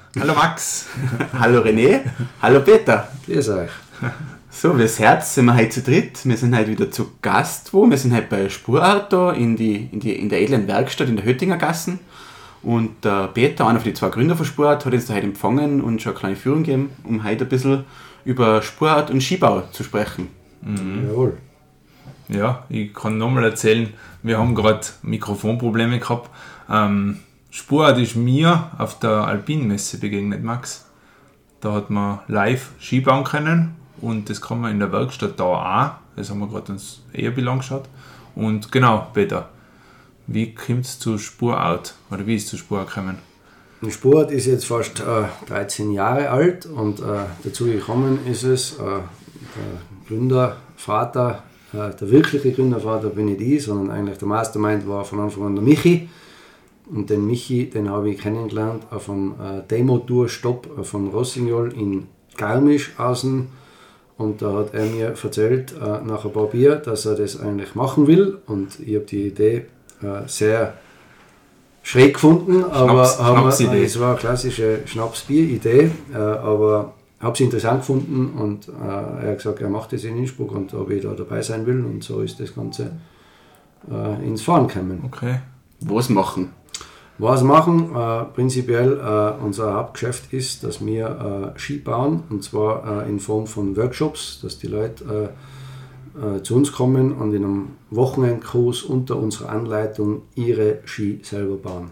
Hallo Max. Hallo René. Hallo Peter. Grüß euch. So, wie es hört, sind wir heute zu dritt. Wir sind heute wieder zu Gast wo. Wir sind heute bei Spurart da in der edlen Werkstatt in der Höttinger Gassen. Und der Peter, einer von den zwei Gründer von Spurart, hat uns da heute empfangen und schon eine kleine Führung gegeben, um heute ein bisschen über Spurart und Skibau zu sprechen. Jawohl. Ja, ich kann nochmal erzählen, wir haben gerade Mikrofonprobleme gehabt. Spurart ist mir auf der Alpinmesse begegnet, Max. Da hat man live Ski bauen können und das kann man in der Werkstatt da auch. Das haben wir gerade uns eher angeschaut. Und genau, Peter, wie kommt es zu Spurart oder wie ist es zu Spurart gekommen? Die Spurart ist jetzt fast 13 Jahre alt und dazu gekommen ist es, der Gründervater, der wirkliche Gründervater bin nicht ich, sondern eigentlich der Mastermind war von Anfang an der Michi. Und den Michi, den habe ich kennengelernt auf einem Demo-Tour-Stopp von Rossignol in Garmisch außen. Und da hat er mir erzählt, nach ein paar Bier, dass er das eigentlich machen will. Und ich habe die Idee sehr schräg gefunden, aber es war eine klassische Schnaps-Bier-Idee, aber habe es interessant gefunden und er hat gesagt, er macht das in Innsbruck und ob ich da dabei sein will und so ist das Ganze ins Fahren gekommen. Okay. Was machen? Prinzipiell unser Hauptgeschäft ist, dass wir Ski bauen und zwar in Form von Workshops, dass die Leute zu uns kommen und in einem Wochenendkurs unter unserer Anleitung ihre Ski selber bauen.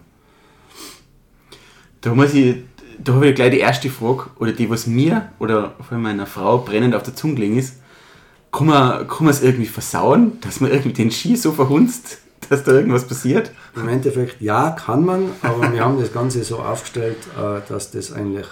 Da habe ich gleich die erste Frage, oder die, was mir oder von meiner Frau brennend auf der Zunge liegen ist. Kann man es irgendwie versauen, dass man irgendwie den Ski so verhunzt, dass da irgendwas passiert? Im Endeffekt ja, kann man, aber wir haben das Ganze so aufgestellt, dass das eigentlich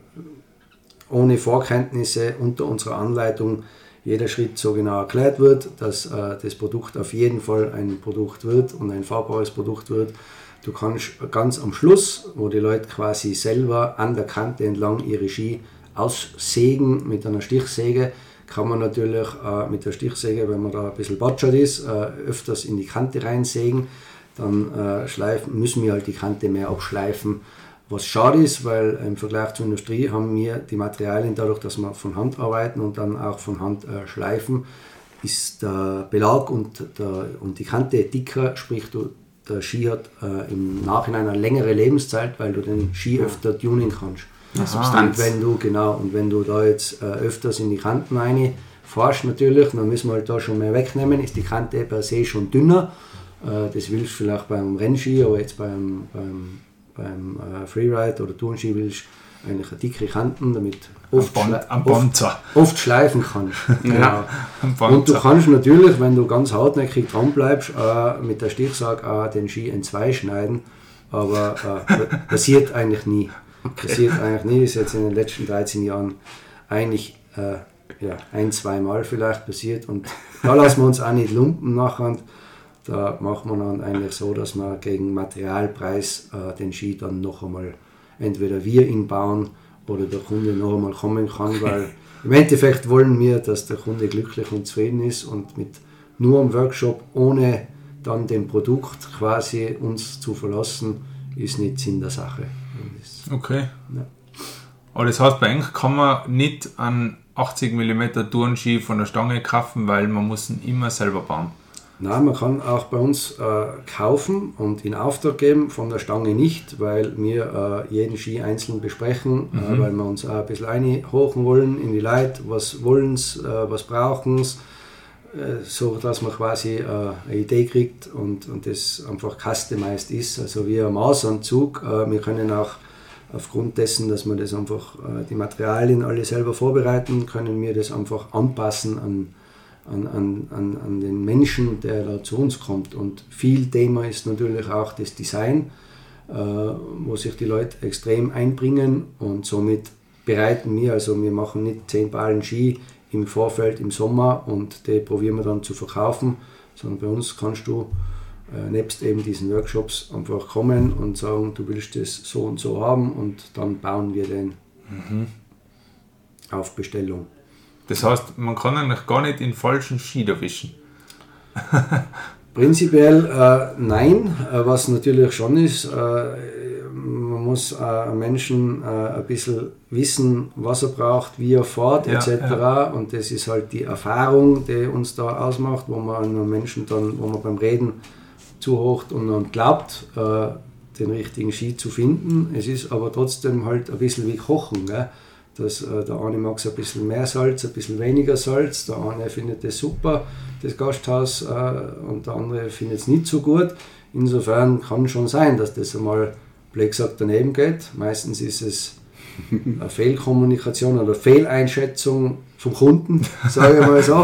ohne Vorkenntnisse unter unserer Anleitung jeder Schritt so genau erklärt wird, dass das Produkt auf jeden Fall ein Produkt wird und ein fahrbares Produkt wird. Du kannst ganz am Schluss, wo die Leute quasi selber an der Kante entlang ihre Ski aussägen mit einer Stichsäge, kann man natürlich mit der Stichsäge, wenn man da ein bisschen batschert ist, öfters in die Kante reinsägen. Dann müssen wir halt die Kante mehr abschleifen. Was schade ist, weil im Vergleich zur Industrie haben wir die Materialien, dadurch, dass wir von Hand arbeiten und dann auch von Hand schleifen, ist der Belag und die Kante dicker, sprich der Ski hat im Nachhinein eine längere Lebenszeit, weil du den Ski öfter tunen kannst. Substanz. Und wenn du da jetzt öfters in die Kanten rein fährst natürlich, dann müssen wir halt da schon mehr wegnehmen, ist die Kante per se schon dünner. Das willst du vielleicht beim Rennski, aber jetzt beim Freeride oder Tourenski willst du eigentlich eine dicke Kanten, damit oft schleifen kannst. Genau. Ja, und du kannst natürlich, wenn du ganz hartnäckig dran bleibst, mit der Stichsäge den Ski in zwei schneiden, aber passiert eigentlich nie. Ist jetzt in den letzten 13 Jahren eigentlich ein-, zweimal vielleicht passiert und da lassen wir uns auch nicht lumpen nachher. Da machen wir dann eigentlich so, dass wir gegen Materialpreis den Ski dann noch einmal entweder wir ihn bauen oder der Kunde noch einmal kommen kann, weil im Endeffekt wollen wir, dass der Kunde glücklich und zufrieden ist und mit nur einem Workshop, ohne dann dem Produkt quasi uns zu verlassen, ist nicht Sinn der Sache. Okay. Ja. Aber das heißt, bei euch kann man nicht einen 80 mm Tourenski von der Stange kaufen, weil man muss ihn immer selber bauen. Nein, man kann auch bei uns kaufen und in Auftrag geben, von der Stange nicht, weil wir jeden Ski einzeln besprechen, weil wir uns auch ein bisschen einhochen wollen in die Leute, was wollen sie, was brauchen sie, so dass man quasi eine Idee kriegt und das einfach customized ist, also wie ein Maßanzug. Wir können auch aufgrund dessen, dass wir das einfach die Materialien alle selber vorbereiten, können wir das einfach anpassen an den Menschen, der da zu uns kommt. Und viel Thema ist natürlich auch das Design, wo sich die Leute extrem einbringen und somit bereiten wir, also wir machen nicht 10 Ballen Ski im Vorfeld im Sommer und die probieren wir dann zu verkaufen, sondern bei uns kannst du nebst eben diesen Workshops einfach kommen und sagen, du willst das so und so haben und dann bauen wir den auf Bestellung. Das heißt, man kann eigentlich gar nicht den falschen Ski erwischen. Prinzipiell nein, was natürlich schon ist, man muss ein Menschen ein bisschen wissen, was er braucht, wie er fährt, etc. Ja. Und das ist halt die Erfahrung, die uns da ausmacht, wo man einen Menschen dann, wo man beim Reden zuhört und dann glaubt, den richtigen Ski zu finden. Es ist aber trotzdem halt ein bisschen wie Kochen. Gell? Dass, der eine mag ein bisschen mehr Salz, ein bisschen weniger Salz, der eine findet das super, das Gasthaus, und der andere findet es nicht so gut. Insofern kann schon sein, dass das einmal, blöd gesagt, daneben geht. Meistens ist es eine Fehlkommunikation oder Fehleinschätzung vom Kunden, sage ich mal so.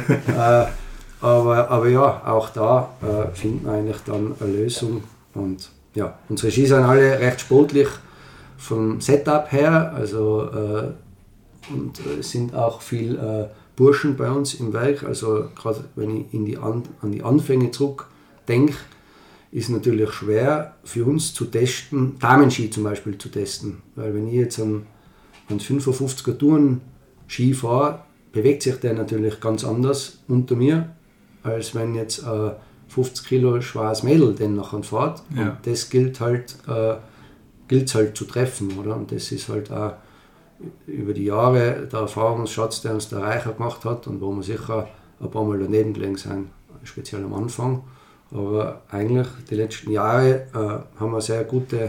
Aber ja, auch da findet man eigentlich dann eine Lösung. Und ja, unsere Ski sind alle recht sportlich vom Setup her, also und es sind auch viel Burschen bei uns im Werk, also gerade wenn ich an die Anfänge zurückdenke, ist natürlich schwer für uns zu testen, Damenski zum Beispiel zu testen, weil wenn ich jetzt an 55er Touren Ski fahre, bewegt sich der natürlich ganz anders unter mir, als wenn jetzt 50 Kilo schweres Mädel den nachher fährt. Ja. Und das gilt halt zu treffen, oder? Und das ist halt auch über die Jahre der Erfahrungsschatz, der uns der Reicher gemacht hat und wo wir sicher ein paar Mal daneben gelegen sind, speziell am Anfang. Aber eigentlich die letzten Jahre haben wir sehr gute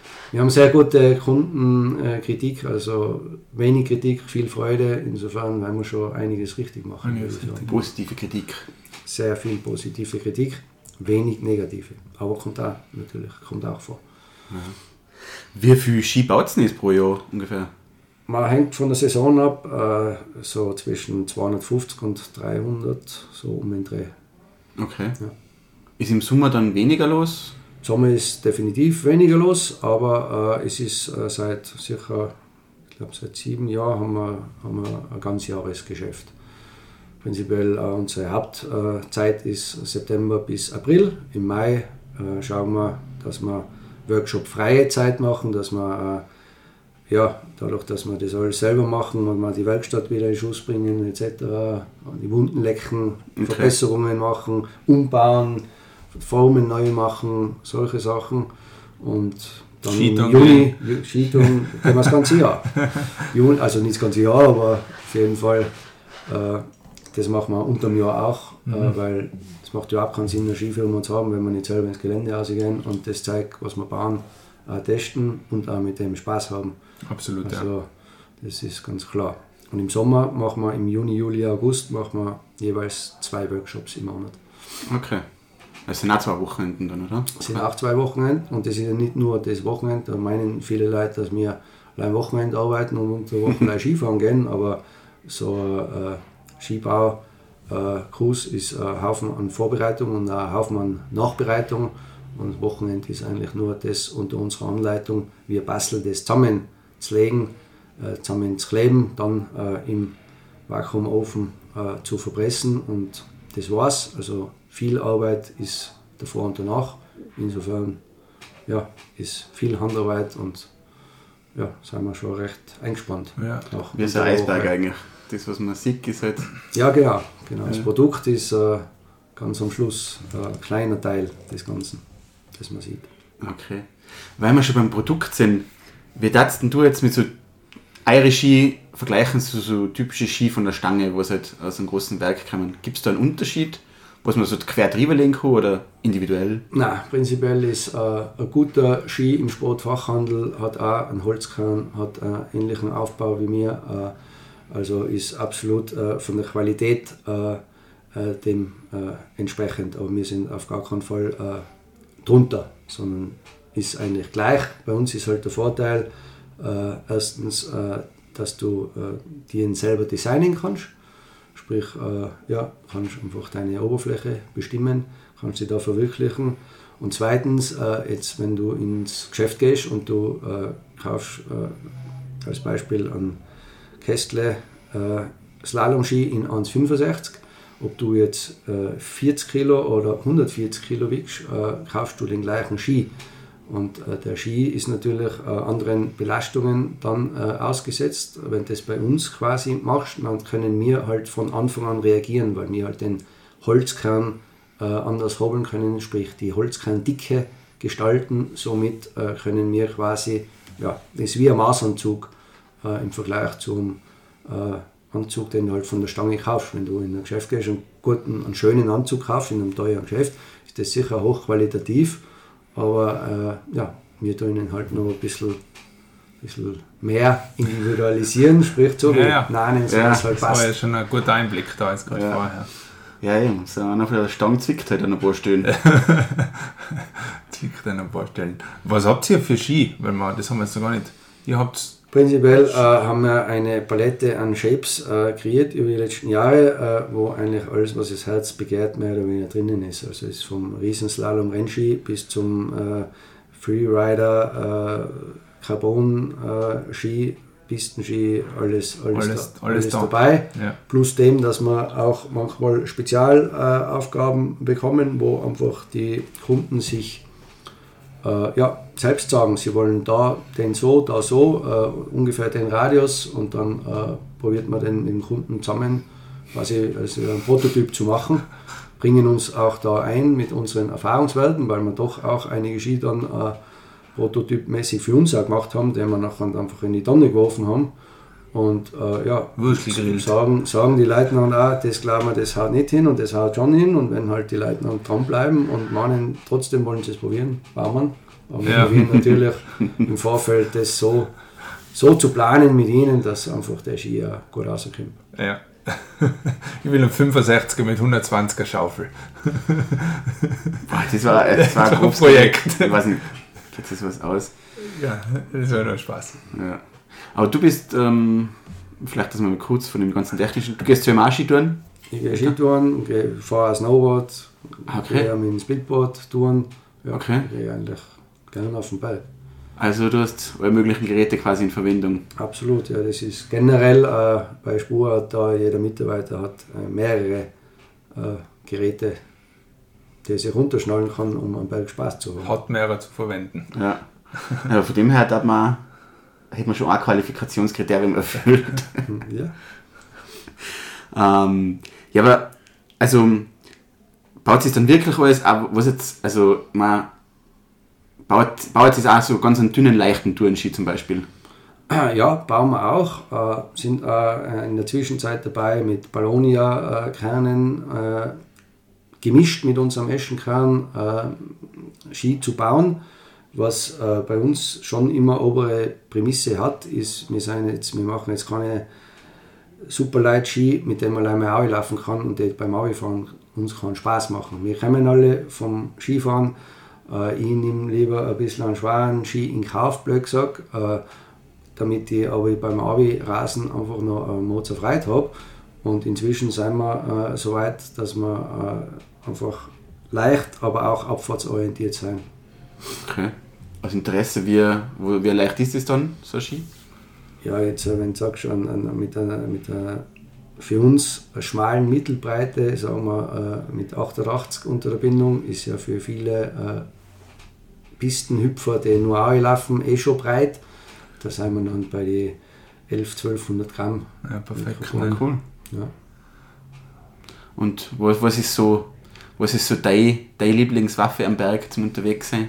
Kundenkritik, also wenig Kritik, viel Freude. Insofern werden wir schon einiges richtig machen. Positive Kritik. Sehr viel positive Kritik, wenig negative. Aber kommt auch vor. Ja. Wie viel Ski baut es denn jetzt pro Jahr ungefähr? Man hängt von der Saison ab, so zwischen 250 und 300, so um den Dreh. Okay. Ja. Ist im Sommer dann weniger los? Im Sommer ist definitiv weniger los, aber es ist seit 7 Jahren haben wir ein Ganzjahresgeschäft. Prinzipiell unsere Hauptzeit ist September bis April. Im Mai schauen wir, dass wir Workshop-freie Zeit machen, dass wir dadurch, dass wir das alles selber machen und wir die Werkstatt wieder in Schuss bringen etc., die Wunden lecken, okay. Verbesserungen machen, umbauen, Formen neu machen, solche Sachen. Und dann im Juni, Skitouren, können wir das ganze Jahr. Also nicht das ganze Jahr, aber auf jeden Fall, das machen wir unter dem Jahr auch, weil es macht ja auch keinen Sinn, eine Skifirma zu haben, wenn wir nicht selber ins Gelände rausgehen und das Zeug, was wir bauen, testen und auch mit dem Spaß haben. Absolut, also, das ist ganz klar. Und im Sommer machen wir im Juni, Juli, August machen wir jeweils 2 Workshops im Monat. Okay. Das sind auch 2 Wochenenden dann, oder? Das sind auch 2 Wochenenden und das ist ja nicht nur das Wochenende. Da meinen viele Leute, dass wir allein Wochenende arbeiten und unter der Woche Skifahren gehen, aber so Skibau-Kurs ist ein Haufen an Vorbereitung und ein Haufen an Nachbereitung. Und das Wochenende ist eigentlich nur das unter unserer Anleitung. Wir basteln das zusammen zu legen, zusammen zu kleben, dann im Vakuumofen zu verpressen und das war's. Also viel Arbeit ist davor und danach. Insofern ist viel Handarbeit und sind wir schon recht eingespannt. Ja. Wie ist ein Eisberg eigentlich? Das, was man sieht, ist halt... Ja, genau. Das Produkt ist ganz am Schluss ein kleiner Teil des Ganzen, das man sieht. Okay. Weil wir schon beim Produkt sind, wie darfst du jetzt mit so eure Ski vergleichen zu so typische Ski von der Stange, wo halt aus einem großen Werk kommen? Gibt es da einen Unterschied, was man so quer drüber legen kann oder individuell? Nein, prinzipiell ist ein guter Ski im Sportfachhandel, hat auch einen Holzkern, hat einen ähnlichen Aufbau wie mir, also ist absolut von der Qualität dem entsprechend, aber wir sind auf gar keinen Fall drunter, sondern ist eigentlich gleich. Bei uns ist halt der Vorteil, erstens, dass du den selber designen kannst, sprich, kannst einfach deine Oberfläche bestimmen, kannst sie da verwirklichen. Und zweitens, jetzt wenn du ins Geschäft gehst und du kaufst als Beispiel einen Kästle Slalom-Ski in 1,65, ob du jetzt 40 Kilo oder 140 Kilo wiegst, kaufst du den gleichen Ski. Und der Ski ist natürlich anderen Belastungen dann ausgesetzt. Wenn du das bei uns quasi machst, dann können wir halt von Anfang an reagieren, weil wir halt den Holzkern anders hobeln können, sprich die Holzkerndicke gestalten. Somit können wir quasi, das ist wie ein Maßanzug im Vergleich zum Anzug, den du halt von der Stange kaufst. Wenn du in ein Geschäft gehst und einen schönen Anzug kaufst in einem teuren Geschäft, ist das sicher hochqualitativ, aber wir tun ihn halt noch ein bisschen mehr individualisieren, sprich so wie Namen, so was halt das passt. war ja schon ein guter Einblick da jetzt gerade vorher. Ja, so einer von der Stange zwickt halt an ein paar Stellen. Zwickt an ein paar Stellen. Was habt ihr für Ski? Weil das haben wir jetzt noch gar nicht. Ihr habt Prinzipiell haben wir eine Palette an Shapes kreiert über die letzten Jahre, wo eigentlich alles, was das Herz begehrt, mehr oder weniger drinnen ist. Also ist vom Riesenslalom Rennski bis zum Freerider, Carbon Ski, Pistenski, alles dabei. Ja. Plus dem, dass wir auch manchmal Spezialaufgaben bekommen, wo einfach die Kunden sich selbst sagen, sie wollen da so, ungefähr den Radius, und dann probiert man den mit dem Kunden zusammen quasi also einen Prototyp zu machen, bringen uns auch da ein mit unseren Erfahrungswerten, weil wir doch auch einige Ski dann prototypmäßig für uns auch gemacht haben, den wir nachher einfach in die Tonne geworfen haben. Und sagen die Leute dann auch, das glauben wir, das haut nicht hin und das haut schon hin. Und wenn halt die Leute dann dranbleiben und meinen, trotzdem wollen sie es probieren, bauen wir. Aber wir probieren natürlich im Vorfeld das so zu planen mit ihnen, dass einfach der Ski auch gut rauskommt. Ja. Ich will einen 65er mit 120er Schaufel. Boah, das war ein grobes Projekt. Ich weiß nicht, geht das was aus? Ja, das war nur Spaß. Ja. Aber du bist, vielleicht das mal kurz von dem ganzen Technischen, du gehst zweimal Skitouren? Ich gehe Skitouren, fahre Snowboard, gehe mit dem Speedboard touren. Ja, okay. Ich gehe eigentlich gerne auf den Berg. Also du hast alle möglichen Geräte quasi in Verwendung? Absolut, ja. Das ist generell bei Spurart, da jeder Mitarbeiter hat mehrere Geräte, die er sich runterschnallen kann, um am Berg Spaß zu haben. Hat mehrere zu verwenden. Ja. Also von dem her hätte man schon ein Qualifikationskriterium erfüllt. Ja. Ja, aber also baut sich dann wirklich alles, was jetzt, also man baut sich auch so ganz einen dünnen, leichten Tourenski zum Beispiel? Ja, bauen wir auch. Sind in der Zwischenzeit dabei mit Ballonia-Kernen gemischt mit unserem Eschenkern Ski zu bauen. Was bei uns schon immer obere Prämisse hat, ist, wir machen jetzt keine Superlight-Ski, mit dem man alleine Aue laufen kann und die beim Auefahren uns kann Spaß machen. Wir kommen alle vom Skifahren. Ich nehme lieber ein bisschen einen schweren Ski in Kauf, blöd gesagt, damit ich aber beim Aue-Rasen einfach noch eine Mods Freude habe. Und inzwischen sind wir so weit, dass wir einfach leicht, aber auch abfahrtsorientiert sind. Okay. Aus Interesse, wie leicht ist das dann, so ein Ski? Ja, jetzt, wenn du sagst, mit einer für uns einer schmalen Mittelbreite, sagen wir mit 88 unter der Bindung, ist ja für viele Pistenhüpfer, die nur Aue laufen, schon breit. Da sind wir dann bei den 1100-1200 Gramm. Ja, perfekt. Cool. Ja. Und was ist so deine Lieblingswaffe am Berg zum unterwegs sein?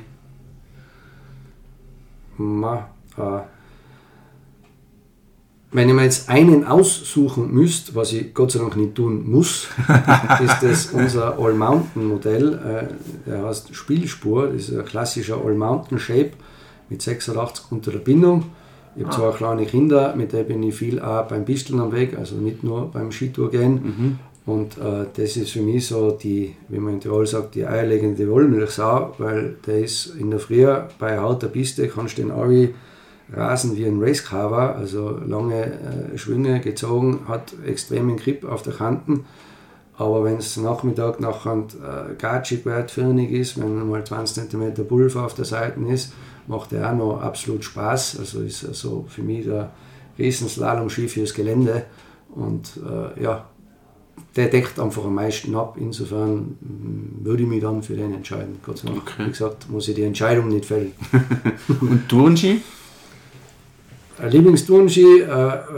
Wenn ich mir jetzt einen aussuchen müsste, was ich Gott sei Dank nicht tun muss, ist das unser All-Mountain-Modell. Der heißt Spielspur, das ist ein klassischer All-Mountain-Shape mit 86 unter der Bindung. Ich habe 2 kleine Kinder, mit denen bin ich viel auch beim Pisteln am Weg, also nicht nur beim Skitourgehen. Mhm. Und das ist für mich so die, wie man in Tirol sagt, die eierlegende Wollmilchsau, weil der ist in der Früh bei harter Piste, kannst du den Aue rasen wie ein Racecar, also lange Schwünge gezogen, hat extremen Grip auf der Kanten. Aber wenn es Nachmittag nachher gatschig wird, firnig ist, wenn mal 20 cm Pulver auf der Seite ist, macht er auch noch absolut Spaß. Also ist also für mich der Riesenslalom-Ski fürs Gelände. Und der deckt einfach am meisten ab. Insofern würde ich mich dann für den entscheiden. Gott sei Dank, okay. Wie gesagt, muss ich die Entscheidung nicht fällen. Und Tourenski? Lieblingstourenski,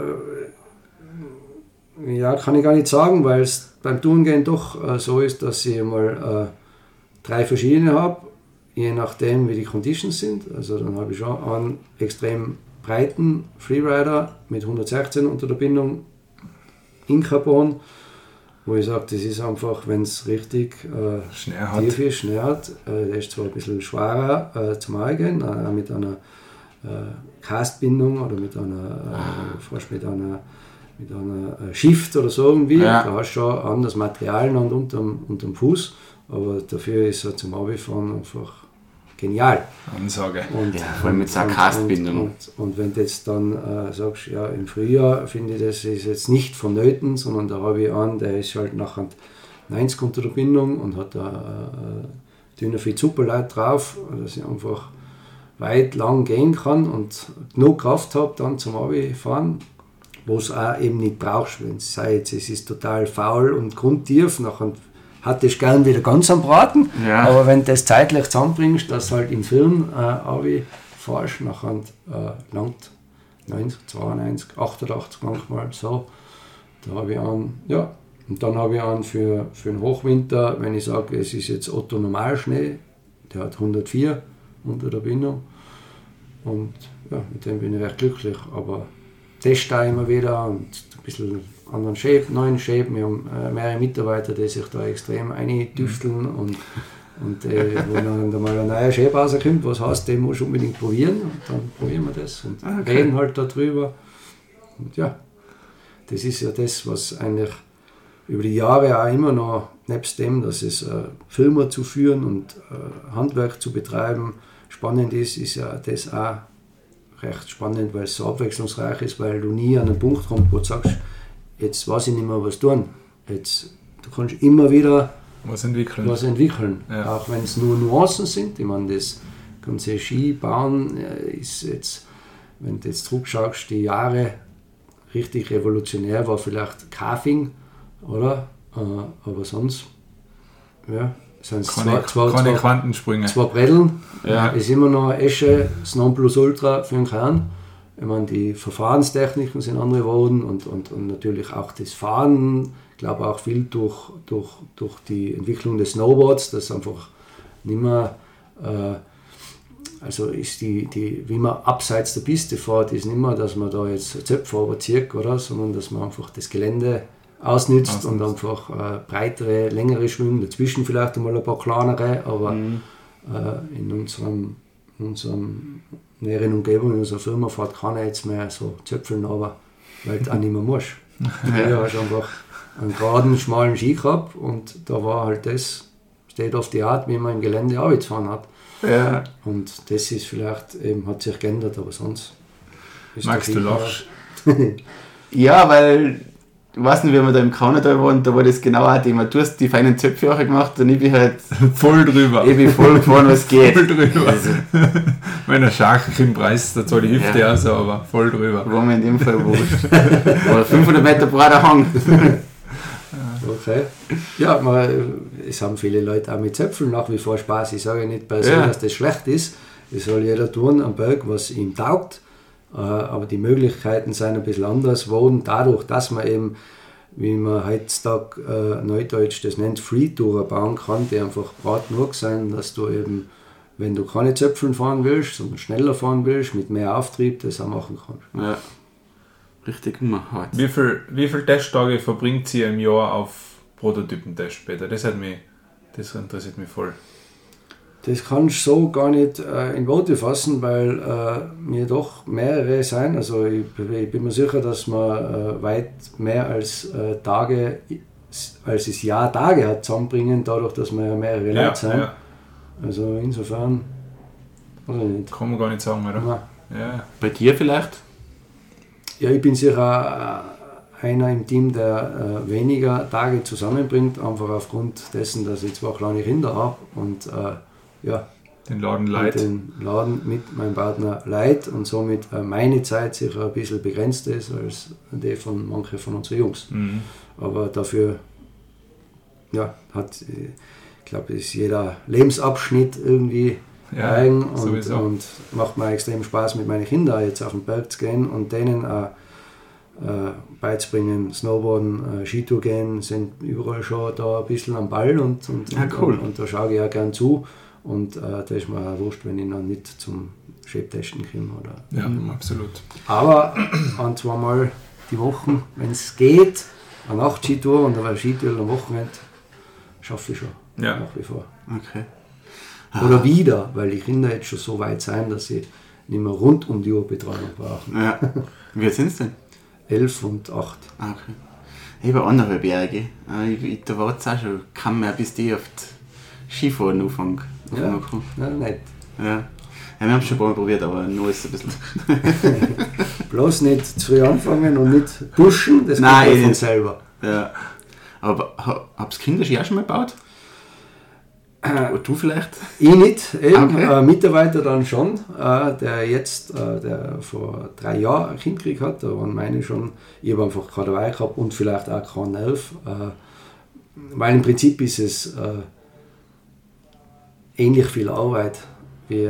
kann ich gar nicht sagen, weil es beim Tourengehen doch so ist, dass ich mal 3 verschiedene habe. je nachdem wie die Conditions sind. Also dann habe ich schon einen extrem breiten Freerider mit 116 unter der Bindung in Carbon, wo ich sage, das ist einfach, wenn es richtig tief ist, Schnee hat. Der ist zwar ein bisschen schwerer zum Angehen, mit einer Castbindung oder mit einer fast mit einer Shift oder so irgendwie. Da hast du schon anderes Material unterm Fuß, aber dafür ist er zum Abfahren einfach genial. Ansage. Vor allem mit so einer Castbindung. Und wenn du jetzt dann sagst, ja, im Frühjahr finde ich, das ist jetzt nicht vonnöten, sondern da habe ich einen, der ist halt nachher 90 unter der Bindung und hat da dünner viel Superleit drauf, dass ich einfach weit lang gehen kann und genug Kraft habe dann zum Abfahren, wo es auch eben nicht brauchst, wenn es sei jetzt, es ist total faul und grundtief, nachher hat es gern wieder ganz am Braten, aber wenn du das zeitlich zusammenbringst, dass halt im Film fährst, nachher langt 90, 92, 88 manchmal so, da habe ich einen, und dann habe ich einen für den Hochwinter, wenn ich sage, es ist jetzt Otto Normalschnee, der hat 104 unter der Bindung und mit dem bin ich recht glücklich, aber teste da immer wieder und ein bisschen anderen Shape, neuen Shape. Wir haben mehrere Mitarbeiter, die sich da extrem eintüfteln und wo dann mal ein neuer Shape rauskommt, was heißt, den musst du unbedingt probieren und dann probieren wir das und reden halt darüber. Und das ist ja das, was eigentlich über die Jahre auch immer noch, nebst dem, dass es Firma zu führen und Handwerk zu betreiben spannend ist ja das auch recht spannend, weil es so abwechslungsreich ist, weil du nie an einen Punkt kommst, wo du sagst, jetzt weiß ich nicht mehr, was tun. Du kannst immer wieder was entwickeln. Ja. Auch wenn es nur Nuancen sind. Ich meine, das ganze Skibauen ist jetzt, wenn du jetzt zurückschaust, die Jahre richtig revolutionär war vielleicht Carving, oder? Aber sonst, sind es keine Quantensprünge. Zwei Bretteln, ist immer noch Esche, das Nonplusultra für den Kern. Ich meine, die Verfahrenstechniken sind andere geworden und natürlich auch das Fahren, ich glaube auch viel durch die Entwicklung des Snowboards, das einfach nicht mehr, also ist wie man abseits der Piste fährt, ist nicht mehr, dass man da jetzt Zöpfe überzieht, oder, sondern dass man einfach das Gelände ausnützt und einfach breitere, längere Schwünge, dazwischen vielleicht einmal ein paar kleinere, aber in unserem näheren Umgebung, in unserer Firma fährt keiner jetzt mehr so Zöpfeln runter, weil du auch nicht mehr musst. Du hast einfach einen geraden, schmalen Ski gehabt und da war halt das State of the Art, wie man im Gelände auch jetzt fahren hat. Ja. Und das ist vielleicht eben, hat sich geändert, aber sonst ist Max, du lachst. Ja, weil ich weiß nicht, wie wir da im Kanada waren, da war das genau ein Thema. Du hast die feinen Zöpfe auch gemacht und ich bin halt voll drüber. Ich bin voll gefahren, was geht. Voll drüber. Also. Wenn er Schach im Preis, da zahle die Hüfte aus, aber voll drüber. War mir in dem Fall wurscht. Oder 500 Meter breiter Hang. Okay. Ja, es haben viele Leute auch mit Zöpfeln nach wie vor Spaß. Ich sage nicht per se, dass das schlecht ist. Es soll jeder tun am Berg, was ihm taugt. Aber die Möglichkeiten sind ein bisschen anders geworden, dadurch, dass man eben, wie man heutzutage neudeutsch das nennt, Free-Tourer bauen kann, die einfach breit genug sein, dass du eben, wenn du keine Zöpfeln fahren willst, sondern schneller fahren willst, mit mehr Auftrieb, das auch machen kannst. Ja, richtig gemacht. Wie viele Testtage verbringt ihr im Jahr auf Prototypentest später? Das interessiert mich voll. Das kannst du so gar nicht in Worte fassen, weil wir doch mehrere sein. Also ich bin mir sicher, dass man weit mehr als Tage, als es Jahr Tage hat zusammenbringen, dadurch, dass wir ja mehrere Leute sind. Ja. Also insofern, also nicht. Kann man gar nicht sagen, oder? Ja. Bei dir vielleicht? Ja, ich bin sicher einer im Team, der weniger Tage zusammenbringt, einfach aufgrund dessen, dass ich 2 kleine Kinder habe und den Laden leid. Den Laden mit meinem Partner leid und somit meine Zeit sicher ein bisschen begrenzt ist als die von manchen von unseren Jungs. Mhm. Aber dafür ich glaube, ist jeder Lebensabschnitt irgendwie eigen und macht mir extrem Spaß, mit meinen Kindern jetzt auf den Berg zu gehen und denen beizubringen, Snowboarden, Skitour gehen, sind überall schon da ein bisschen am Ball und da schaue ich auch gern zu. Und da ist mir auch wurscht, wenn ich noch nicht zum Schäbtesten komme. Oder Ja, absolut. aber ein, zweimal die Woche, wenn es geht, eine Nachtskitour und eine Skitour am Wochenende, schaffe ich schon. Ja. Nach wie vor. Okay. Oder wieder, weil die Kinder jetzt schon so weit sind, dass sie nicht mehr rund um die Uhr Betreuung brauchen. Ja. Wie sind es denn? 11 und 8. Ah, okay. Ich habe anderthalb Berge. Da war es auch schon, kann man bis die auf die Skifahren anfangen. Ja, nett. Ja, wir haben es schon ein paar Mal probiert, aber nur ist es ein bisschen... Bloß nicht zu früh anfangen und nicht pushen, das Nein, geht von selber. Ja. Aber habt ihr Kinderski auch schon mal gebaut? Oder du vielleicht? Ich nicht, eben. Okay. Mitarbeiter dann schon, der vor 3 Jahren ein Kind gekriegt hat, da waren meine schon, ich habe einfach keine dabei gehabt und vielleicht auch keinen 11, weil im Prinzip ist es ähnlich viel Arbeit wie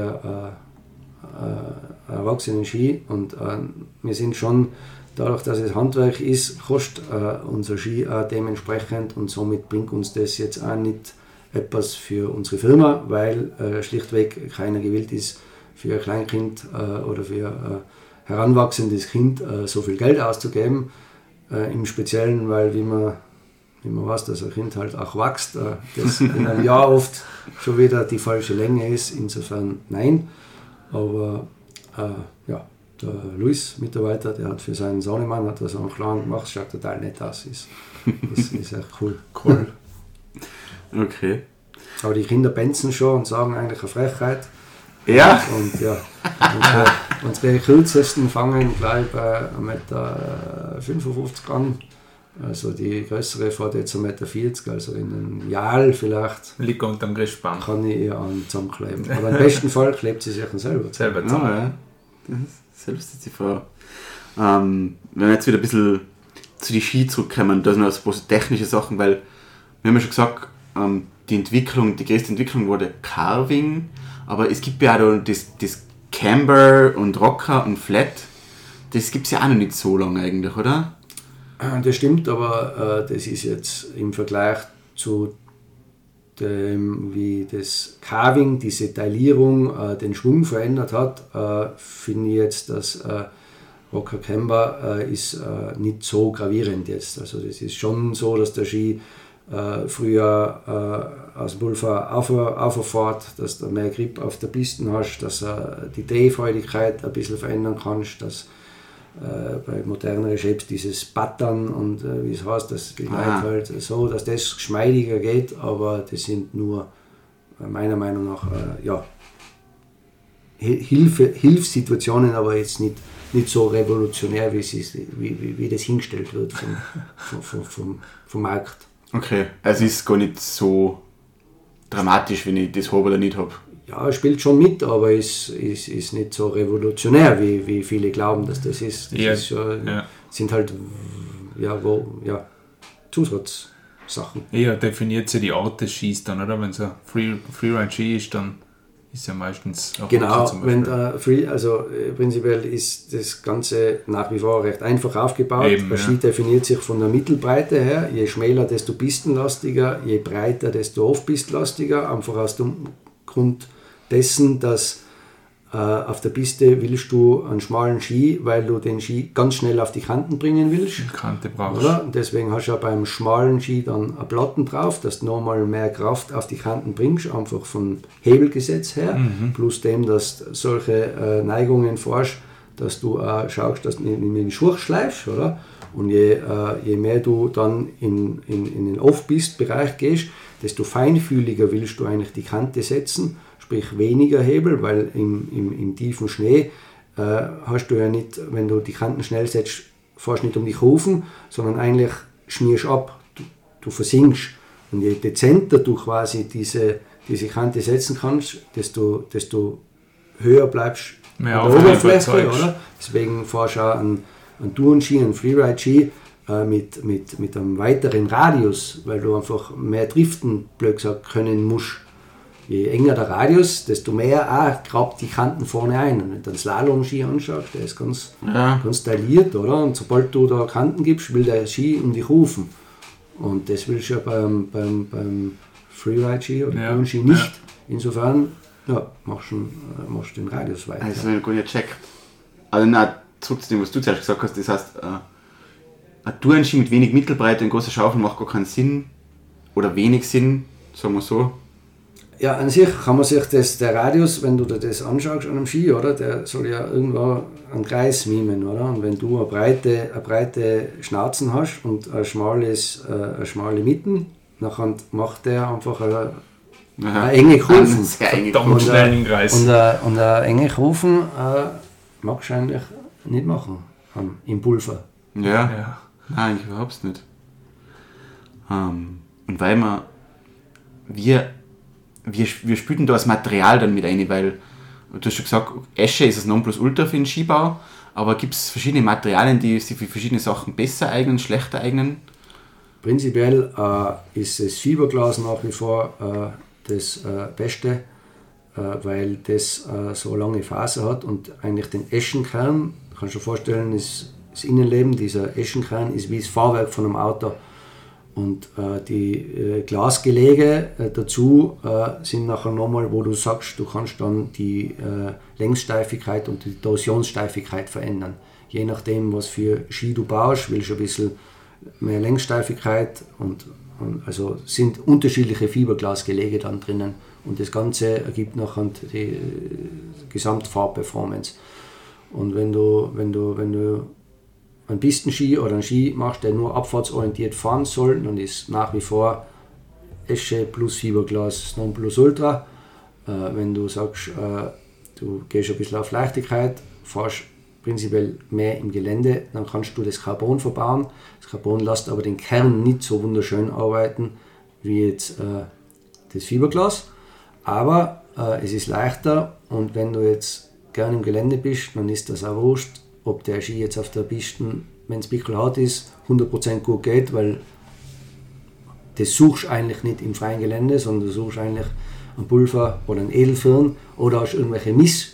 Erwachsenen-Ski und wir sind schon, dadurch, dass es Handwerk ist, kostet unser Ski auch dementsprechend und somit bringt uns das jetzt auch nicht etwas für unsere Firma, weil schlichtweg keiner gewillt ist, für ein Kleinkind oder für ein heranwachsendes Kind so viel Geld auszugeben. Im Speziellen, weil wie man weiß, dass ein Kind halt auch wächst, das in einem Jahr oft schon wieder die falsche Länge ist. Insofern nein. Aber ja, der Luis, Mitarbeiter, der hat für seinen Sohnemann hat das einen Plan gemacht, schaut total nett aus. Ist echt cool. Cool. Okay. Aber die Kinder benzen schon und sagen eigentlich eine Frechheit. Ja. Und ja, unsere kürzesten fangen gleich bei 1,55 Meter an. Also die größere fährt jetzt 1,40 Meter, also in einem Jahr vielleicht Liegt unterm Griffspann. kann ich ihr an zusammenkleben. Aber im besten Fall klebt sie sich dann selber zusammen. Selber zusammen. Ja. Das ist lustig, die Frau. Wenn wir jetzt wieder ein bisschen zu den Ski zurückkommen, da sind noch so technische Sachen, weil wir haben ja schon gesagt, die größte Entwicklung wurde Carving, aber es gibt ja auch das Camber und Rocker und Flat, das gibt es ja auch noch nicht so lange eigentlich, oder? Das stimmt, aber das ist jetzt im Vergleich zu dem, wie das Carving, diese Taillierung den Schwung verändert hat, finde ich jetzt, dass Rocker Camber ist nicht so gravierend jetzt. Also das ist schon so, dass der Ski früher aus dem Pulver auffährt, dass du mehr Grip auf der Piste hast, dass die Drehfreudigkeit ein bisschen verändern kannst, dass bei moderneren Shapes dieses Pattern und wie es heißt, dass die Leute halt so, dass das geschmeidiger geht, aber das sind nur meiner Meinung nach Hilfssituationen, aber jetzt nicht so revolutionär, wie das hingestellt wird vom Markt. Okay, also es ist gar nicht so dramatisch, wenn ich das habe oder nicht habe. Ja, er spielt schon mit, aber es ist nicht so revolutionär, wie viele glauben, dass das ist. Das sind halt Zusatzsachen. Eher definiert sie die Art des Skis dann, oder? Wenn es ein Freeride-Ski ist, dann ist ja meistens auch genau, zum Beispiel. Prinzipiell ist das Ganze nach wie vor recht einfach aufgebaut. Eben, der Ski definiert sich von der Mittelbreite her. Je schmäler, desto pistenlastiger, je breiter, desto off-pistlastiger. Einfach aus dem Grund dessen, dass auf der Piste willst du einen schmalen Ski, weil du den Ski ganz schnell auf die Kanten bringen willst. Kante brauchst. Oder? Und deswegen hast du ja beim schmalen Ski dann eine Platten drauf, dass du nochmal mehr Kraft auf die Kanten bringst, einfach vom Hebelgesetz her, plus dem, dass du solche Neigungen forschst, dass du schaust, dass du in den Schurch schleifst, oder? Und je mehr du dann in den Off-Pist-Bereich gehst, desto feinfühliger willst du eigentlich die Kante setzen, sprich weniger Hebel, weil im tiefen Schnee hast du ja nicht, wenn du die Kanten schnell setzt, fährst nicht um die Kurven, sondern eigentlich schmierst ab, du versinkst. Und je dezenter du quasi diese Kante setzen kannst, desto höher bleibst du mehr an der Oberfläche, oder? Deswegen fährst du auch einen Tourenski, einen Freeride-Ski mit einem weiteren Radius, weil du einfach mehr driften, blöd gesagt, können musst. Je enger der Radius, desto mehr grabt die Kanten vorne ein. Und wenn du den Slalom-Ski anschaust, der ist ganz tailliert, oder? Und sobald du da Kanten gibst, will der Ski um dich rufen. Und das willst du ja beim Freeride-Ski oder Tourenski nicht. Insofern machst du den Radius weiter. Also, wenn ich gar nicht checkt. Also, nein, zurück zu dem, was du zuerst gesagt hast, das heißt, ein Tourenski mit wenig Mittelbreite und großer Schaufel macht gar keinen Sinn. Oder wenig Sinn, sagen wir so. Ja, an sich kann man sich der Radius, wenn du dir das anschaust an einem Ski, oder, der soll ja irgendwo einen Kreis mimen, oder? Und wenn du eine breite Schnauzen hast und eine schmale Mitten, dann macht der einfach eine enge Kurven. Verdammt schnell im Kreis. Und eine enge Kurven magst du eigentlich nicht machen im Pulver. Ja. Nein, eigentlich überhaupt nicht. Und weil wir spülen da das Material dann mit rein, weil du hast schon gesagt, Esche ist das Nonplusultra für den Skibau, aber gibt es verschiedene Materialien, die sich für verschiedene Sachen besser eignen, schlechter eignen? Prinzipiell ist das Fiberglas nach wie vor das Beste, weil das so lange Faser hat und eigentlich den Eschenkern, kannst du dir vorstellen, ist das Innenleben, dieser Eschenkern ist wie das Fahrwerk von einem Auto. Und die Glasgelege dazu sind nachher nochmal, wo du sagst, du kannst dann die Längssteifigkeit und die Torsionssteifigkeit verändern. Je nachdem, was für Ski du baust, willst du ein bisschen mehr Längssteifigkeit und also sind unterschiedliche Fiberglasgelege dann drinnen. Und das Ganze ergibt nachher die Gesamtfahrperformance. Und wenn du einen Pistenski oder einen Ski machst, der nur abfahrtsorientiert fahren soll, dann ist nach wie vor Esche plus Fiberglas Nonplusultra. Wenn du sagst, du gehst ein bisschen auf Leichtigkeit, fahrst prinzipiell mehr im Gelände, dann kannst du das Carbon verbauen. Das Carbon lässt aber den Kern nicht so wunderschön arbeiten wie jetzt das Fiberglas, aber es ist leichter und wenn du jetzt gerne im Gelände bist, dann ist das auch wurscht, ob der Ski jetzt auf der Piste, wenn es pickelhart ist, 100% gut geht, weil das suchst du eigentlich nicht im freien Gelände, sondern du suchst eigentlich einen Pulver oder einen Edelfirn oder hast irgendwelche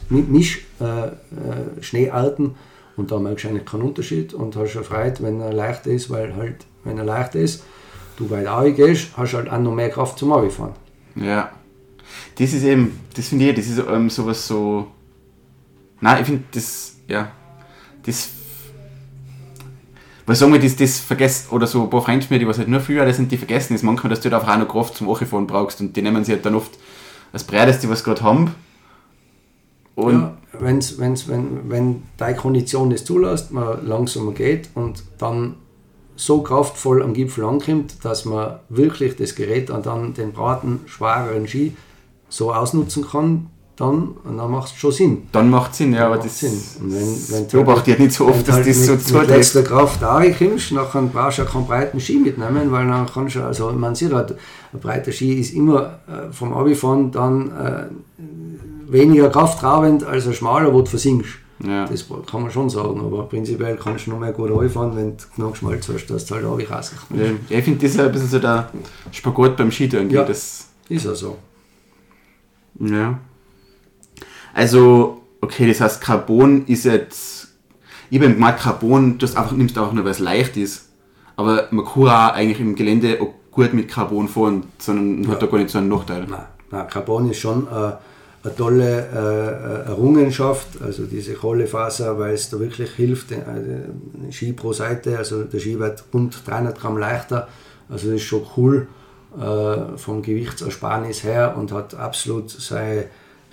Schneearten und da merkst du eigentlich keinen Unterschied und hast eine Freude, wenn er leicht ist, weil halt, wenn er leicht ist, du weit runter gehst, hast halt auch noch mehr Kraft zum Runterfahren. Ja, das ist eben, das finde ich, das ist sowas so, nein, ich finde das, ja, das, was sagen wir, das vergessen, oder so ein paar Freunde von mir, die was halt nur früher sind, die vergessen ist manchmal, dass du halt einfach auch noch Kraft zum Anfahren brauchst und die nehmen sie halt dann oft als breiteste, was sie gerade haben. Und ja, wenn deine Kondition das zulässt, man langsamer geht und dann so kraftvoll am Gipfel ankommt, dass man wirklich das Gerät und dann den breiten, schwereren Ski so ausnutzen kann, dann macht es schon Sinn. Dann macht es Sinn, ja, aber das beobachte ich nicht so oft, dass das so zutrifft. Wenn du mit letzter Kraft ankommst, dann brauchst du ja keinen breiten Ski mitnehmen, weil dann kannst du, also man sieht halt, ein breiter Ski ist immer vom Runterfahren dann weniger kraftraubend als ein schmaler, wo du versinkst. Ja. Das kann man schon sagen, aber prinzipiell kannst du noch mehr gut runterfahren, wenn du genug Schmalz hast, dass du halt runterkommst. Ja, ich finde, das ist ein bisschen so der Spagat beim Skitouren. Ja, das ist ja so. Ja. Also, okay, das heißt, Carbon ist jetzt, ich habe gemeint, Carbon, du nimmst einfach nur, weil es leicht ist, aber man kann auch eigentlich im Gelände auch gut mit Carbon fahren, sondern hat da gar nicht so einen Nachteil. Nein, Carbon ist schon eine tolle Errungenschaft, also diese Kohlefaser, weil es da wirklich hilft, Ski pro Seite, also der Ski wird rund 300 Gramm leichter, also das ist schon cool vom Gewichtsersparnis her und hat absolut seine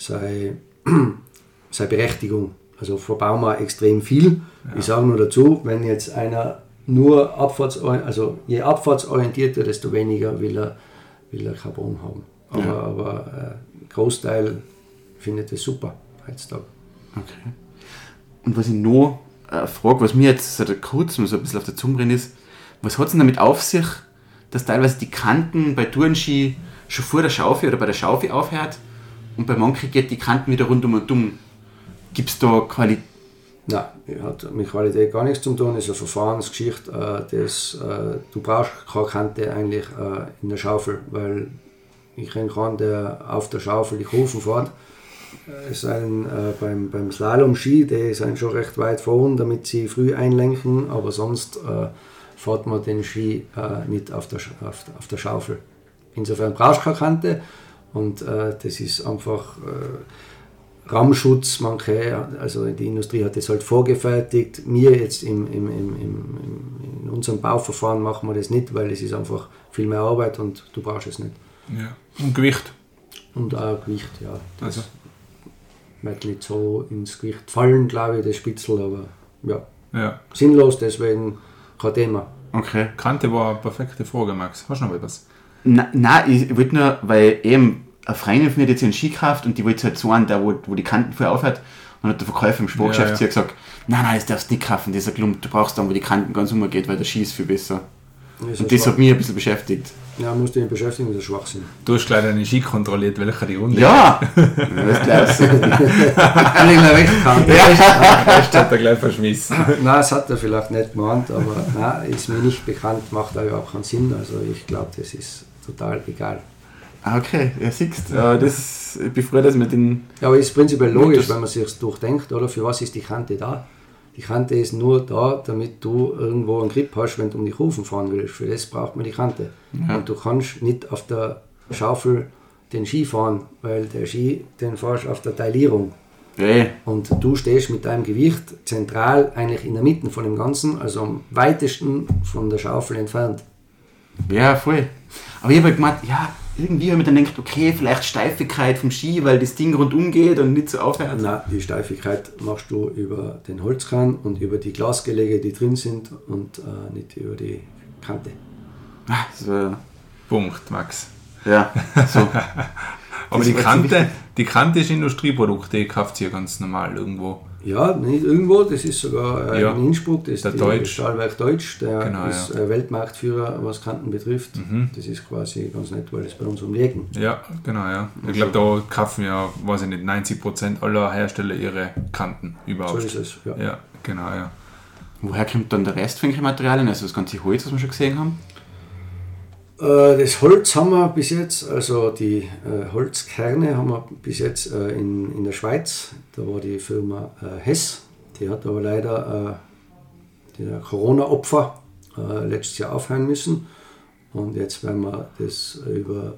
Berechtigung. Also verbauen wir extrem viel. Ja. Ich sage nur dazu, wenn jetzt einer nur je abfahrtsorientierter, desto weniger will er Carbon haben. Aber Großteil findet es super heutzutage. Okay. Und was ich noch frage, was mir jetzt seit kurzem so ein bisschen auf der Zunge drin ist, was hat es denn damit auf sich, dass teilweise die Kanten bei Tourenski schon vor der Schaufel oder bei der Schaufel aufhört und bei manchen geht die Kanten wieder rundum und um. Gibt es da Qualität? Nein, hat mit Qualität gar nichts zu tun. Das ist eine Verfahrensgeschichte. Du brauchst keine Kante eigentlich in der Schaufel, weil ich kenne keinen, der auf der Schaufel die Kurven fährt. Es sind beim Slalom-Ski, die sind schon recht weit vorn, damit sie früh einlenken, aber sonst fährt man den Ski nicht auf der Schaufel. Insofern brauchst du keine Kante Und das ist einfach Raumschutz, also die Industrie hat das halt vorgefertigt. Wir jetzt in unserem Bauverfahren machen wir das nicht, weil es ist einfach viel mehr Arbeit und du brauchst es nicht. Ja. Und Gewicht? Und auch Gewicht, ja. Das Also. wird nicht so ins Gewicht fallen, glaube ich, das Spitzel, aber Ja. sinnlos, deswegen kein Thema. Okay. Kante war eine perfekte Frage, Max. Hast du noch etwas? Nein, ich wollte nur, weil eben eine Freundin von mir hat jetzt einen Ski gekauft und die wollte halt so einen, der wo die Kanten vorher aufhört. Und hat der Verkäufer im Sportgeschäft zu ihr gesagt, nein, das darfst du nicht kaufen, dieser Klump, du brauchst dann, wo die Kanten ganz umgeht, weil der Ski ist viel besser. Und das hat mich ein bisschen beschäftigt. Ja, musst du dich beschäftigen, das ist Schwachsinn. Du hast gleich deine Ski kontrolliert, welcher die Runde Ja! Das glaubst du. Kann ich mir recht kann. Der Rest hat er gleich verschmissen. Nein, das hat er vielleicht nicht gemeint, aber nein, ist mir nicht bekannt, macht auch überhaupt keinen Sinn. Also ich glaube, das ist total egal. Okay, ja, siehst du, ich bin froh, dass wir den... Ja, aber ist prinzipiell logisch, wenn man sich das durchdenkt, oder? Für was ist die Kante da? Die Kante ist nur da, damit du irgendwo einen Grip hast, wenn du um die Kurven fahren willst. Für das braucht man die Kante. Ja. Und du kannst nicht auf der Schaufel den Ski fahren, weil der Ski, den fährst du auf der Teilierung. Ja. Und du stehst mit deinem Gewicht zentral eigentlich in der Mitte von dem Ganzen, also am weitesten von der Schaufel entfernt. Ja, voll. Aber ich habe halt gemeint, ja, irgendwie habe ich mir dann gedacht, okay, vielleicht Steifigkeit vom Ski, weil das Ding rundum geht und nicht so aufhört. Nein, die Steifigkeit machst du über den Holzkran und über die Glasgelege, die drin sind und nicht über die Kante. So. Punkt, Max. Ja, so. Aber die Kante ist Industrieprodukt, die kauft sie ja ganz normal irgendwo. Ja, nicht irgendwo, das ist sogar in Innsbruck, das ist der Stahlwerk Deutsch, der ist Weltmarktführer, was Kanten betrifft. Das ist quasi ganz nett, weil das bei uns um die Ecken. Ja, genau, ja. Ich glaube, da kaufen ja, weiß ich nicht, 90% aller Hersteller ihre Kanten überhaupt. So ist es, ja. Ja, genau, ja. Woher kommt dann der Rest von den Materialien, also das ganze Holz, was wir schon gesehen haben? Das Holz haben wir bis jetzt, also die Holzkerne haben wir bis jetzt in der Schweiz. Da war die Firma Hess, die hat aber leider der Corona-Opfer letztes Jahr aufhören müssen. Und jetzt werden wir das über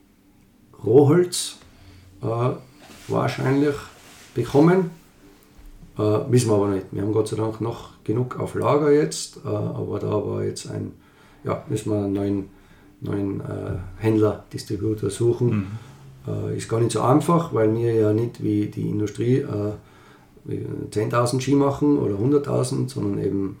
Rohholz wahrscheinlich bekommen. Wissen wir aber nicht. Wir haben Gott sei Dank noch genug auf Lager jetzt, aber da war jetzt müssen wir einen neuen Händler, Distributor suchen. Ist gar nicht so einfach, weil wir ja nicht wie die Industrie 10.000 Ski machen oder 100.000, sondern eben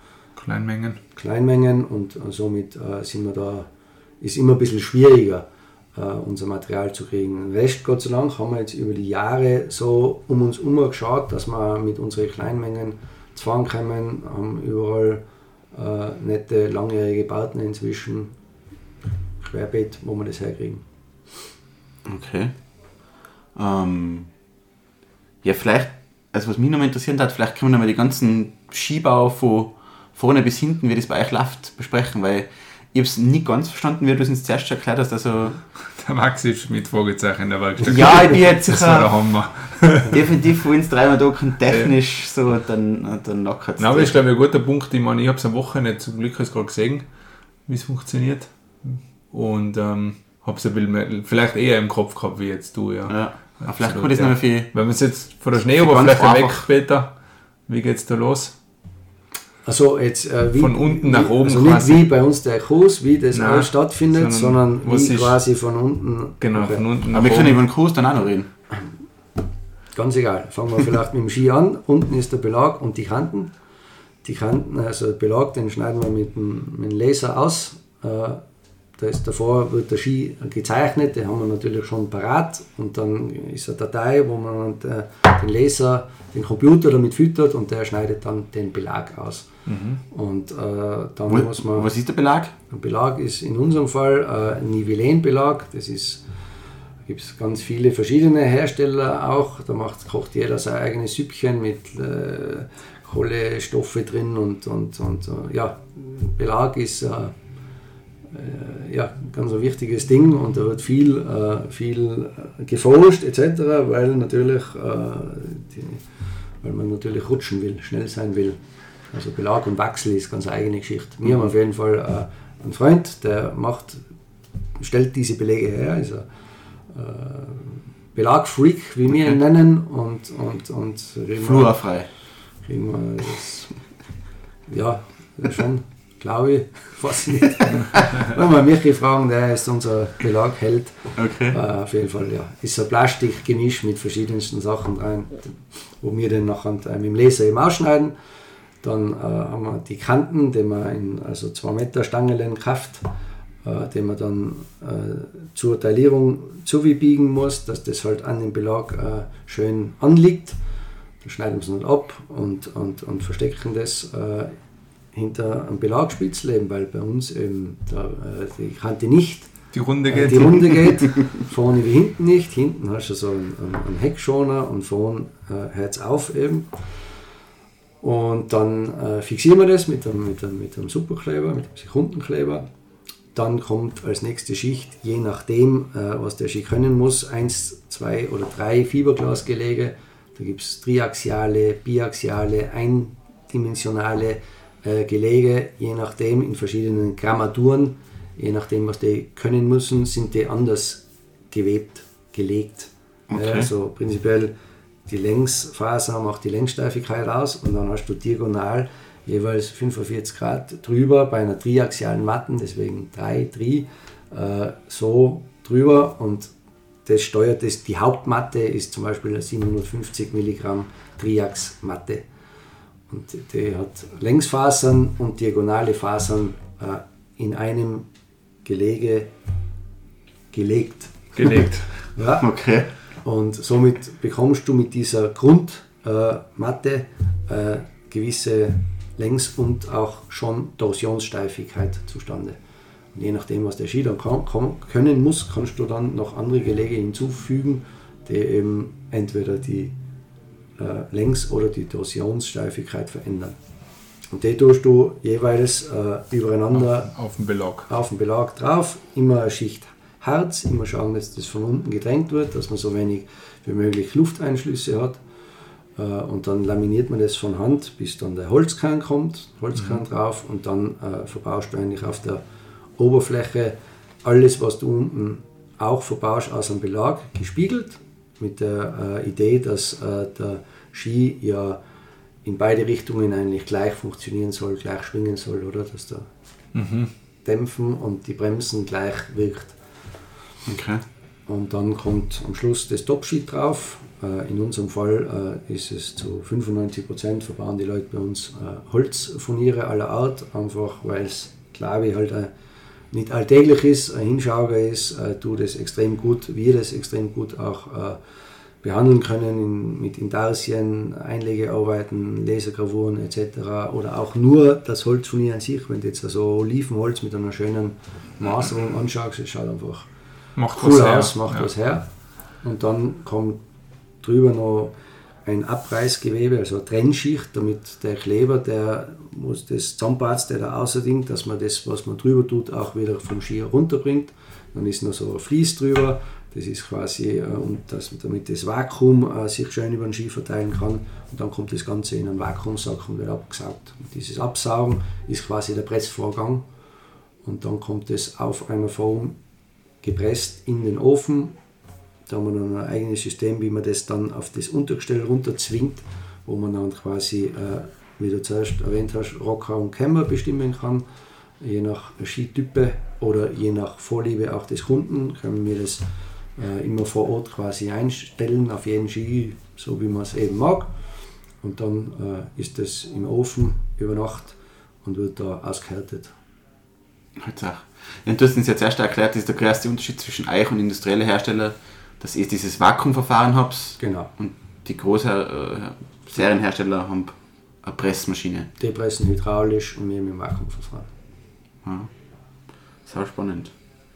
Kleinmengen und somit sind wir da, ist immer ein bisschen schwieriger, unser Material zu kriegen. Den Rest, Gott sei Dank, haben wir jetzt über die Jahre so um uns herum geschaut, dass wir mit unseren Kleinmengen zusammenkommen, haben überall nette, langjährige Partner inzwischen, querbeet, wo wir das herkriegen. Okay. Ja, vielleicht, also was mich noch mal interessieren hat, vielleicht können wir noch mal die ganzen Skibau von vorne bis hinten, wie das bei euch läuft, besprechen, weil ich habe es nicht ganz verstanden, wie du es uns zuerst erklärt hast. Also der Max ist mit Fragezeichen in der Werkstatt. Ja, ich bin jetzt das war der Hammer. Definitiv von uns dreimal da technisch so, dann lockert es. Nein, aber das ist, glaube ich, ein guter Punkt. Ich meine, ich habe es am Wochenende zum Glück gerade gesehen, wie es funktioniert. Und habe es ein bisschen mehr, vielleicht eher im Kopf gehabt, wie jetzt du. Ja. Aber vielleicht kann man das noch mal viel... Wenn wir es jetzt von der Schneeoberfläche weg, Peter, wie geht es da los? Also jetzt wie, von unten nach oben, also quasi. Nicht wie bei uns der Kurs, wie das alles stattfindet, sondern wie quasi von unten. Genau, okay. von unten nach Aber wir können oben. über den Kurs dann auch noch reden. Ganz egal. Fangen wir vielleicht mit dem Ski an. Unten ist der Belag und die Kanten. Die Kanten, also der Belag, den schneiden wir mit dem Laser aus. Davor wird der Ski gezeichnet, den haben wir natürlich schon parat und dann ist eine Datei, wo man den Laser, den Computer damit füttert und der schneidet dann den Belag aus. Und dann muss man... Was ist der Belag? Ein Belag ist in unserem Fall ein Nivelenbelag, da gibt es ganz viele verschiedene Hersteller auch, da kocht jeder sein eigenes Süppchen mit Kohlestoffe drin und Belag ist ganz ein wichtiges Ding und da wird viel geforscht etc., weil man natürlich rutschen will, schnell sein will. Also Belag und Wachsel ist ganz eine eigene Geschichte. Wir haben auf jeden Fall einen Freund, der stellt diese Belege her, ist ein Belagfreak, wie wir ihn nennen, und Fluorfrei. Kriegen wir das, ja, schon, glaube ich, weiß ich nicht. Wenn wir Michi fragen, der ist unser Belagheld. Okay. Auf jeden Fall, ja. Ist ein Plastikgemisch mit verschiedensten Sachen rein, wo wir den nachher mit dem Laser eben ausschneiden. Dann haben wir die Kanten, die man in 2 Meter Stangen kauft, die man dann zur Teilierung zubiegen muss, dass das halt an dem Belag schön anliegt. Dann schneiden wir es nicht ab und verstecken das hinter einem Belagspitzel, eben, weil bei uns eben die Kante nicht Die Runde geht. Vorne wie hinten nicht. Hinten hast du so einen Heckschoner und vorne hört es auf eben. Und dann fixieren wir das mit einem Superkleber, mit einem Sekundenkleber. Dann kommt als nächste Schicht, je nachdem, was der Ski können muss, 1, 2 oder 3 Fiberglasgelege. Da gibt es triaxiale, biaxiale, eindimensionale Gelege, je nachdem in verschiedenen Grammaturen, je nachdem, was die können müssen, sind die anders gewebt, gelegt. Okay. Also prinzipiell die Längsfaser macht die Längssteifigkeit aus und dann hast du diagonal jeweils 45 Grad drüber bei einer triaxialen Matten, deswegen 3 Tri, so drüber, und das steuert es. Die Hauptmatte ist zum Beispiel eine 750 Milligramm Triax-Matte. Und die hat Längsfasern und diagonale Fasern in einem Gelege gelegt. Ja. Okay. Und somit bekommst du mit dieser Grundmatte gewisse Längs- und auch schon Torsionssteifigkeit zustande. Und je nachdem, was der Ski dann können muss, kannst du dann noch andere Gelege hinzufügen, die eben entweder die Längs- oder die Torsionssteifigkeit verändern. Und die tust du jeweils übereinander auf dem Belag drauf, immer eine Schicht Harz, immer schauen, dass das von unten gedrängt wird, dass man so wenig wie möglich Lufteinschlüsse hat. Und dann laminiert man das von Hand, bis dann der Holzkern kommt, drauf, und dann verbaust du eigentlich auf der Oberfläche alles, was du unten auch verbaust, aus dem Belag, gespiegelt, mit der Idee, dass der Ski ja in beide Richtungen eigentlich gleich funktionieren soll, gleich schwingen soll, oder? Dass der Dämpfen und die Bremsen gleich wirkt. Okay. Und dann kommt am Schluss das Topsheet drauf. In unserem Fall ist es zu 95% verbauen die Leute bei uns Holzfurniere aller Art, einfach weil es, glaube ich, halt nicht alltäglich ist, ein Hinschauer ist, wir das extrem gut auch behandeln können mit Intarsien, Einlegearbeiten, Lasergravuren etc. Oder auch nur das Holzfurnier an sich, wenn du jetzt so Olivenholz mit einer schönen Maserung anschaust, es schaut einfach cool aus, macht was her. Und dann kommt drüber noch ein Abreißgewebe, also eine Trennschicht, damit der Kleber, der muss das zusammenpasst, der da außerdingt, dass man das, was man drüber tut, auch wieder vom Ski runterbringt. Dann ist noch so ein Vlies drüber, das ist quasi, damit das Vakuum sich schön über den Ski verteilen kann. Und dann kommt das Ganze in einen Vakuumsack und wird abgesaugt. Und dieses Absaugen ist quasi der Pressvorgang. Und dann kommt es auf einer Form gepresst in den Ofen. Da haben wir dann ein eigenes System, wie man das dann auf das Untergestell runterzwingt, wo man dann quasi, wie du zuerst erwähnt hast, Rocker und Camber bestimmen kann. Je nach Skitype oder je nach Vorliebe auch des Kunden können wir das immer vor Ort quasi einstellen, auf jeden Ski, so wie man es eben mag. Und dann ist das im Ofen über Nacht und wird da ausgehärtet. Ja, du hast uns jetzt erst erklärt, das ist der größte Unterschied zwischen euch und industriellen Herstellern, dass ihr dieses Vakuumverfahren habt. Genau. Und die großen Serienhersteller haben eine Pressmaschine. Die pressen hydraulisch und wir mit dem Vakuumverfahren. Ja. Sehr spannend.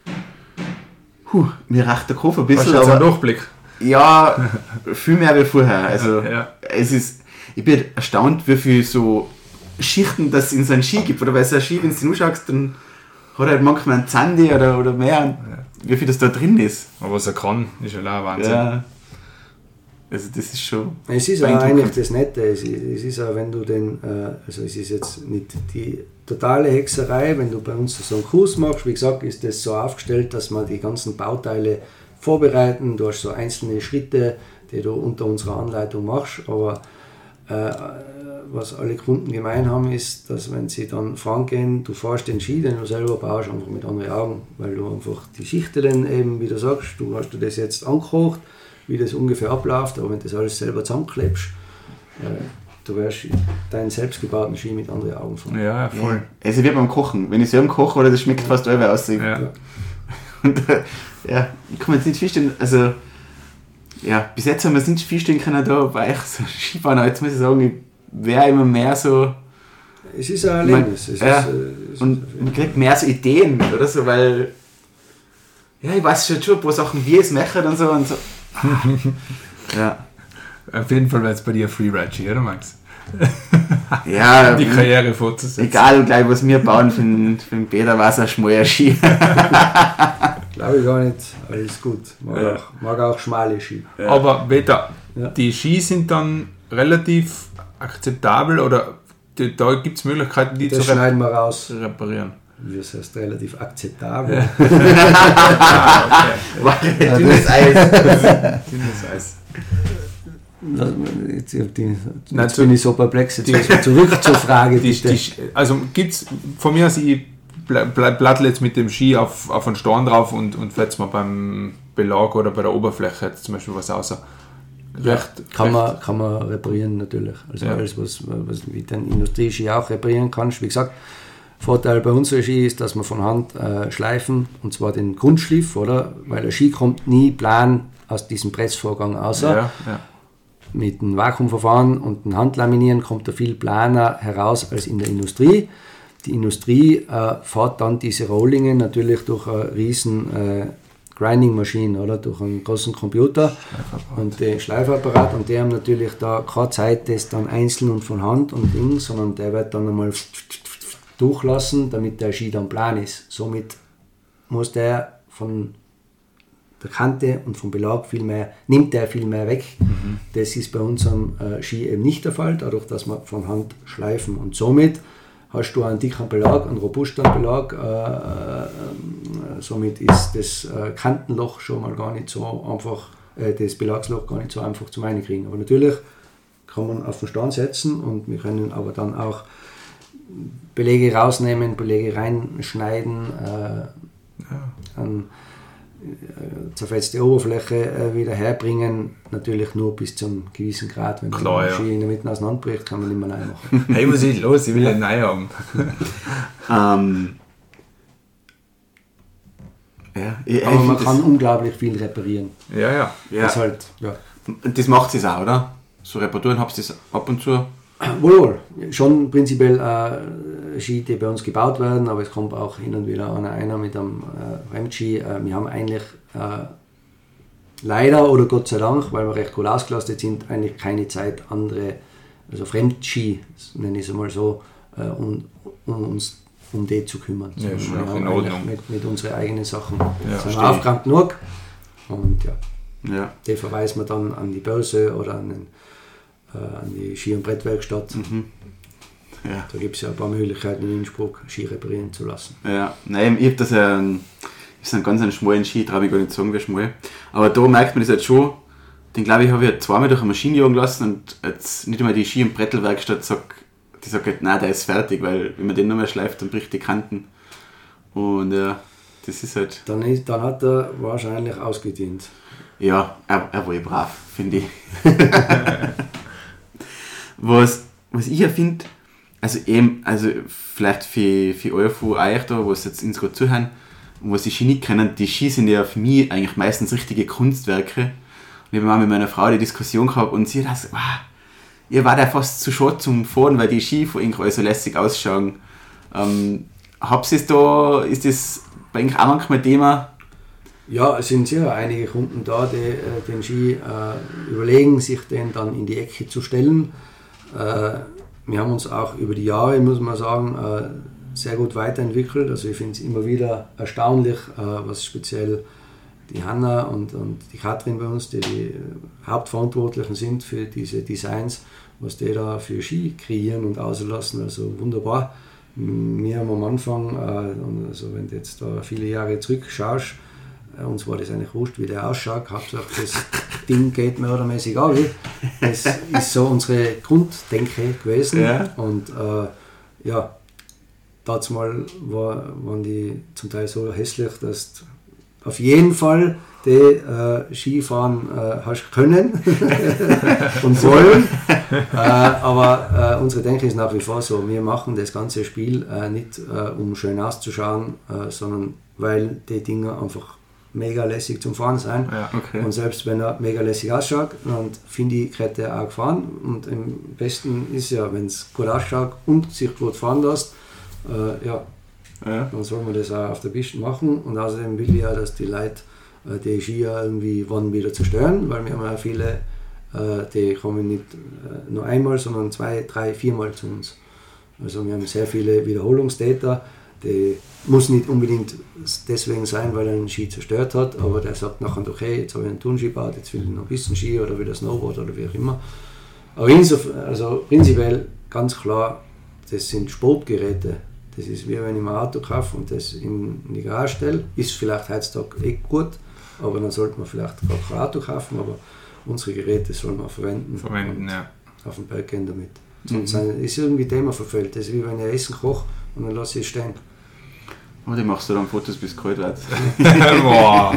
Mir reicht der Kopf ein bisschen. Hast du jetzt einen Durchblick? Ja, viel mehr wie vorher. Also, ja. Ich bin erstaunt, wie viele so Schichten das in so einem Ski gibt. Oder bei so einem Ski, wenn du den anschaust, dann hat er halt manchmal einen Zandy oder mehr. Ja. Wie viel das da drin ist. Aber was er kann, ist ja auch ein Wahnsinn. Ja. Also das ist schon. Es ist auch eigentlich das Nette. Es ist auch, wenn du also es ist jetzt nicht die totale Hexerei, wenn du bei uns so einen Kurs machst, wie gesagt, ist das so aufgestellt, dass man die ganzen Bauteile vorbereiten, du hast so einzelne Schritte, die du unter unserer Anleitung machst, aber was alle Kunden gemein haben, ist, dass wenn sie dann fahren gehen, du fährst den Ski, den du selber baust, einfach mit anderen Augen, weil du einfach die Schichten eben, wie du sagst, du hast dir das jetzt angekocht, wie das ungefähr abläuft, aber wenn du das alles selber zusammenklebst, du wirst deinen selbstgebauten Ski mit anderen Augen fahren. Ja, voll. Ja. Also wie beim Kochen. Wenn ich selber koche, oder das schmeckt fast alle aus. Ja. Und ja, ich kann mir jetzt nicht vorstellen, also ja, bis jetzt haben wir es nicht vorstellen können, da bei euch so Skifahren, aber jetzt muss ich sagen, ich wäre immer mehr so... Es ist ein Erlebnis. Und man kriegt mehr so Ideen, oder so, weil ja, ich weiß schon ein paar Sachen, wie es machen und so. Ja. Auf jeden Fall wäre es bei dir Freeride-Ski, oder Max? Ja, die Karriere fortzusetzen. Egal, gleich was wir bauen für den Peter, war es ein schmaler Ski. Glaube ich gar nicht, alles gut. Mag auch schmale Ski. Ja. Aber Peter, die Ski sind dann relativ akzeptabel oder da gibt es Möglichkeiten, die das schneiden wir raus. Reparieren? Das heißt relativ akzeptabel. Okay. Dünnes Eis. Dünnes Eis. Jetzt bin ich so perplex. Jetzt zurück zur Frage. Also gibt es von mir aus, ich plattle jetzt mit dem Ski auf einen Stein drauf und fährt mal beim Belag oder bei der Oberfläche jetzt zum Beispiel was außer. Kann man reparieren natürlich. Also alles, was mit den Industrieski auch reparieren kannst. Wie gesagt, Vorteil bei unserer Ski ist, dass wir von Hand schleifen, und zwar den Grundschliff, oder? Weil der Ski kommt nie plan aus diesem Pressvorgang außer. Ja. Mit dem Vakuumverfahren und dem Handlaminieren kommt er viel planer heraus als in der Industrie. Die Industrie fährt dann diese Rollingen natürlich durch eine riesen Grinding-Maschine, oder? Durch einen großen Computer und den Schleifapparat, und die haben natürlich da keine Zeit, das dann einzeln und von Hand und Ding, sondern der wird dann einmal durchlassen, damit der Ski dann plan ist. Somit muss der von der Kante und vom Belag nimmt er viel mehr weg. Das ist bei unserem Ski eben nicht der Fall, dadurch, dass wir von Hand schleifen, und somit hast du einen dicken Belag, einen robusten Belag, somit ist das Kantenloch schon mal gar nicht so einfach, das Belagsloch gar nicht so einfach zum Reinkriegen. Aber natürlich kann man auf den Stand setzen, und wir können aber dann auch Belege rausnehmen, Belege reinschneiden, zerfetzte Oberfläche wieder herbringen, natürlich nur bis zum gewissen Grad. Wenn der Ski in der Mitte auseinanderbricht, kann man nicht mehr neu machen. Hey, was ist los? Ich will einen neu haben. Aber man kann unglaublich viel reparieren. Ja. Das halt, Und das macht es auch, oder? So Reparaturen, habt ihr das ab und zu? Wohl, schon prinzipiell Ski, die bei uns gebaut werden, aber es kommt auch hin und wieder einer mit einem Fremdski. Wir haben eigentlich leider oder Gott sei Dank, weil wir recht cool ausgelastet sind, eigentlich keine Zeit, andere, also Fremdski, nenne ich es mal so, uns um die zu kümmern. Ja, schon wir in haben Ordnung. Mit unseren eigenen Sachen Ja, sind aufgeräumt genug, und Ja. die verweisen wir dann an die Börse oder an die Ski- und Brettwerkstatt. Ja. Da gibt es ja ein paar Möglichkeiten in Innsbruck, Ski reparieren zu lassen. Ja, nein, ich habe das ist ein ganz schmalen Ski, traue mich gar nicht sagen, wie schmal. Aber da merkt man das jetzt schon. Den glaube ich, habe ich zweimal durch eine Maschine jagen lassen, und jetzt nicht einmal die Ski- und Brettelwerkstatt sagt halt, nein, der ist fertig, weil wenn man den noch mehr schleift, dann bricht die Kanten. Und ja, das ist halt... Dann hat er wahrscheinlich ausgedient. Ja, er war brav, finde ich. Was ich ja finde, also vielleicht für euch von euch da, was jetzt uns gerade zuhören, was die Ski nicht kennen, die Ski sind ja für mich eigentlich meistens richtige Kunstwerke. Und ich habe mal mit meiner Frau die Diskussion gehabt, und sie hat gesagt, wow, ihr wart ja fast zu schade zum Fahren, weil die Ski von irgendwie so lässig ausschauen. Habt ihr es da, ist das bei euch auch manchmal Thema? Ja, es sind sicher einige Kunden da, die den Ski überlegen, sich den dann in die Ecke zu stellen. Wir haben uns auch über die Jahre, muss man sagen, sehr gut weiterentwickelt. Also ich finde es immer wieder erstaunlich, was speziell die Hanna und die Katrin bei uns, die Hauptverantwortlichen sind für diese Designs, was die da für Ski kreieren und auslassen. Also wunderbar. Wir haben am Anfang, also wenn du jetzt da viele Jahre zurückschaust, uns war das eigentlich wurscht, wie der ausschaut. Hauptsache das Ding geht mördermäßig an. Das ist so unsere Grunddenke gewesen. Ja. Und dazu mal waren die zum Teil so hässlich, dass du auf jeden Fall die Skifahren hast können und wollen. Aber unsere Denke ist nach wie vor so, wir machen das ganze Spiel nicht um schön auszuschauen, sondern weil die Dinger einfach mega lässig zum Fahren sein. Ja, okay. Und selbst wenn er mega lässig ausschaut, dann finde ich, hätte er auch gefahren. Und am besten ist ja, wenn es gut ausschaut und sich gut fahren lässt, dann soll man das auch auf der Piste machen. Und außerdem will ich ja, dass die Leute die Skier irgendwie wann wieder zerstören, weil wir haben ja viele, die kommen nicht nur einmal, sondern 2, 3, 4 Mal zu uns. Also wir haben sehr viele Wiederholungstäter, die muss nicht unbedingt deswegen sein, weil er einen Ski zerstört hat, aber der sagt nachher, okay, jetzt habe ich einen Turnski gebaut, jetzt will ich noch ein bisschen Ski oder wieder Snowboard oder wie auch immer. Aber also prinzipiell ganz klar, das sind Sportgeräte. Das ist wie wenn ich mir ein Auto kaufe und das in die Garage stelle. Ist vielleicht heutzutage gut, aber dann sollte man vielleicht gar kein Auto kaufen, aber unsere Geräte soll man verwenden ja. Auf dem Berg gehen damit. Sonst ist irgendwie Thema verfällt. Das ist wie wenn ich Essen koche und dann lasse ich es stehen. Oh, die machst du dann Fotos, bis es kalt wird. Boah!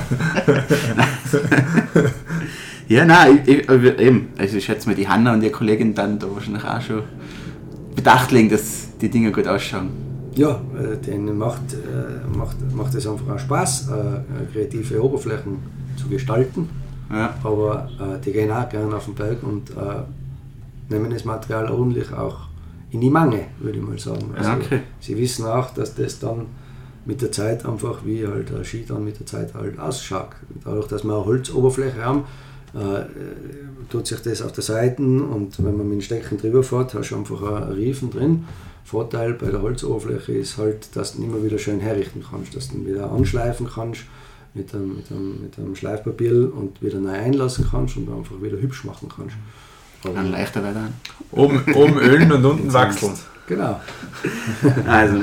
Ja, nein, eben. Also ich schätze mal, die Hanna und die Kollegin dann da wahrscheinlich auch schon Bedacht legen, dass die Dinge gut ausschauen. Ja, denen macht es einfach auch Spaß, kreative Oberflächen zu gestalten. Ja. Aber die gehen auch gerne auf den Berg und nehmen das Material ordentlich auch in die Mangel, würde ich mal sagen. Also okay. Sie wissen auch, dass das dann mit der Zeit einfach, wie halt der Ski dann mit der Zeit halt ausschaut. Dadurch, dass wir eine Holzoberfläche haben, tut sich das auf der Seite und wenn man mit dem Stecken drüber fährt, hast du einfach einen Riefen drin. Vorteil bei der Holzoberfläche ist halt, dass du ihn immer wieder schön herrichten kannst, dass du ihn wieder anschleifen kannst mit einem Schleifpapier und wieder neu einlassen kannst und einfach wieder hübsch machen kannst. Dann leichter weiter an. Oben ölen und unten wachseln. Genau. Also,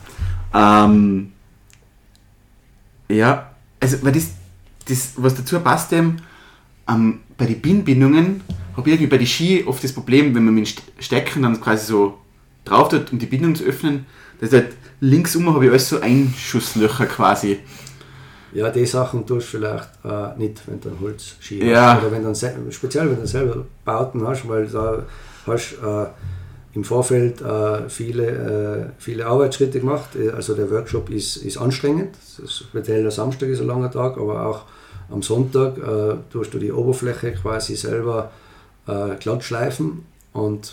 ja, also, weil das was dazu passt, bei den Bindbindungen habe ich irgendwie bei den Ski oft das Problem, wenn man mit dem Stecken dann quasi so drauf tut, um die Bindung zu öffnen, dass halt linksum habe ich alles so Einschusslöcher quasi. Ja, die Sachen tust du vielleicht nicht, wenn du einen Holzski hast. Oder wenn du speziell wenn du selber Bauten hast, weil da hast im Vorfeld viele Arbeitsschritte gemacht. Also der Workshop ist anstrengend. Speziell der Samstag ist ein langer Tag, aber auch am Sonntag tust du die Oberfläche quasi selber glatt schleifen und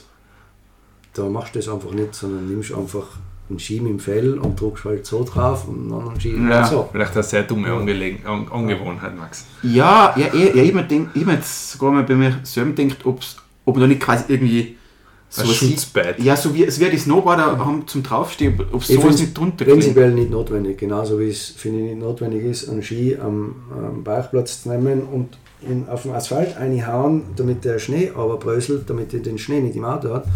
da machst du das einfach nicht, sondern nimmst einfach einen Ski mit dem Fell und drückst halt so drauf und einen anderen Ski so. Vielleicht eine sehr dumme Angewohnheit, Max. Ja, ich habe jetzt sogar mal bei mir selber gedacht, ob man da nicht quasi irgendwie so ein Schutzbett. Ja, so wie es wäre die Snowboarder haben zum Draufstehen, ob es sowas nicht drunter geht. Prinzipiell nicht notwendig, genauso wie es finde ich nicht notwendig ist, einen Ski am Bauchplatz zu nehmen und ihn auf den Asphalt reinhauen, damit der Schnee aber bröselt, damit er den Schnee nicht im Auto hat.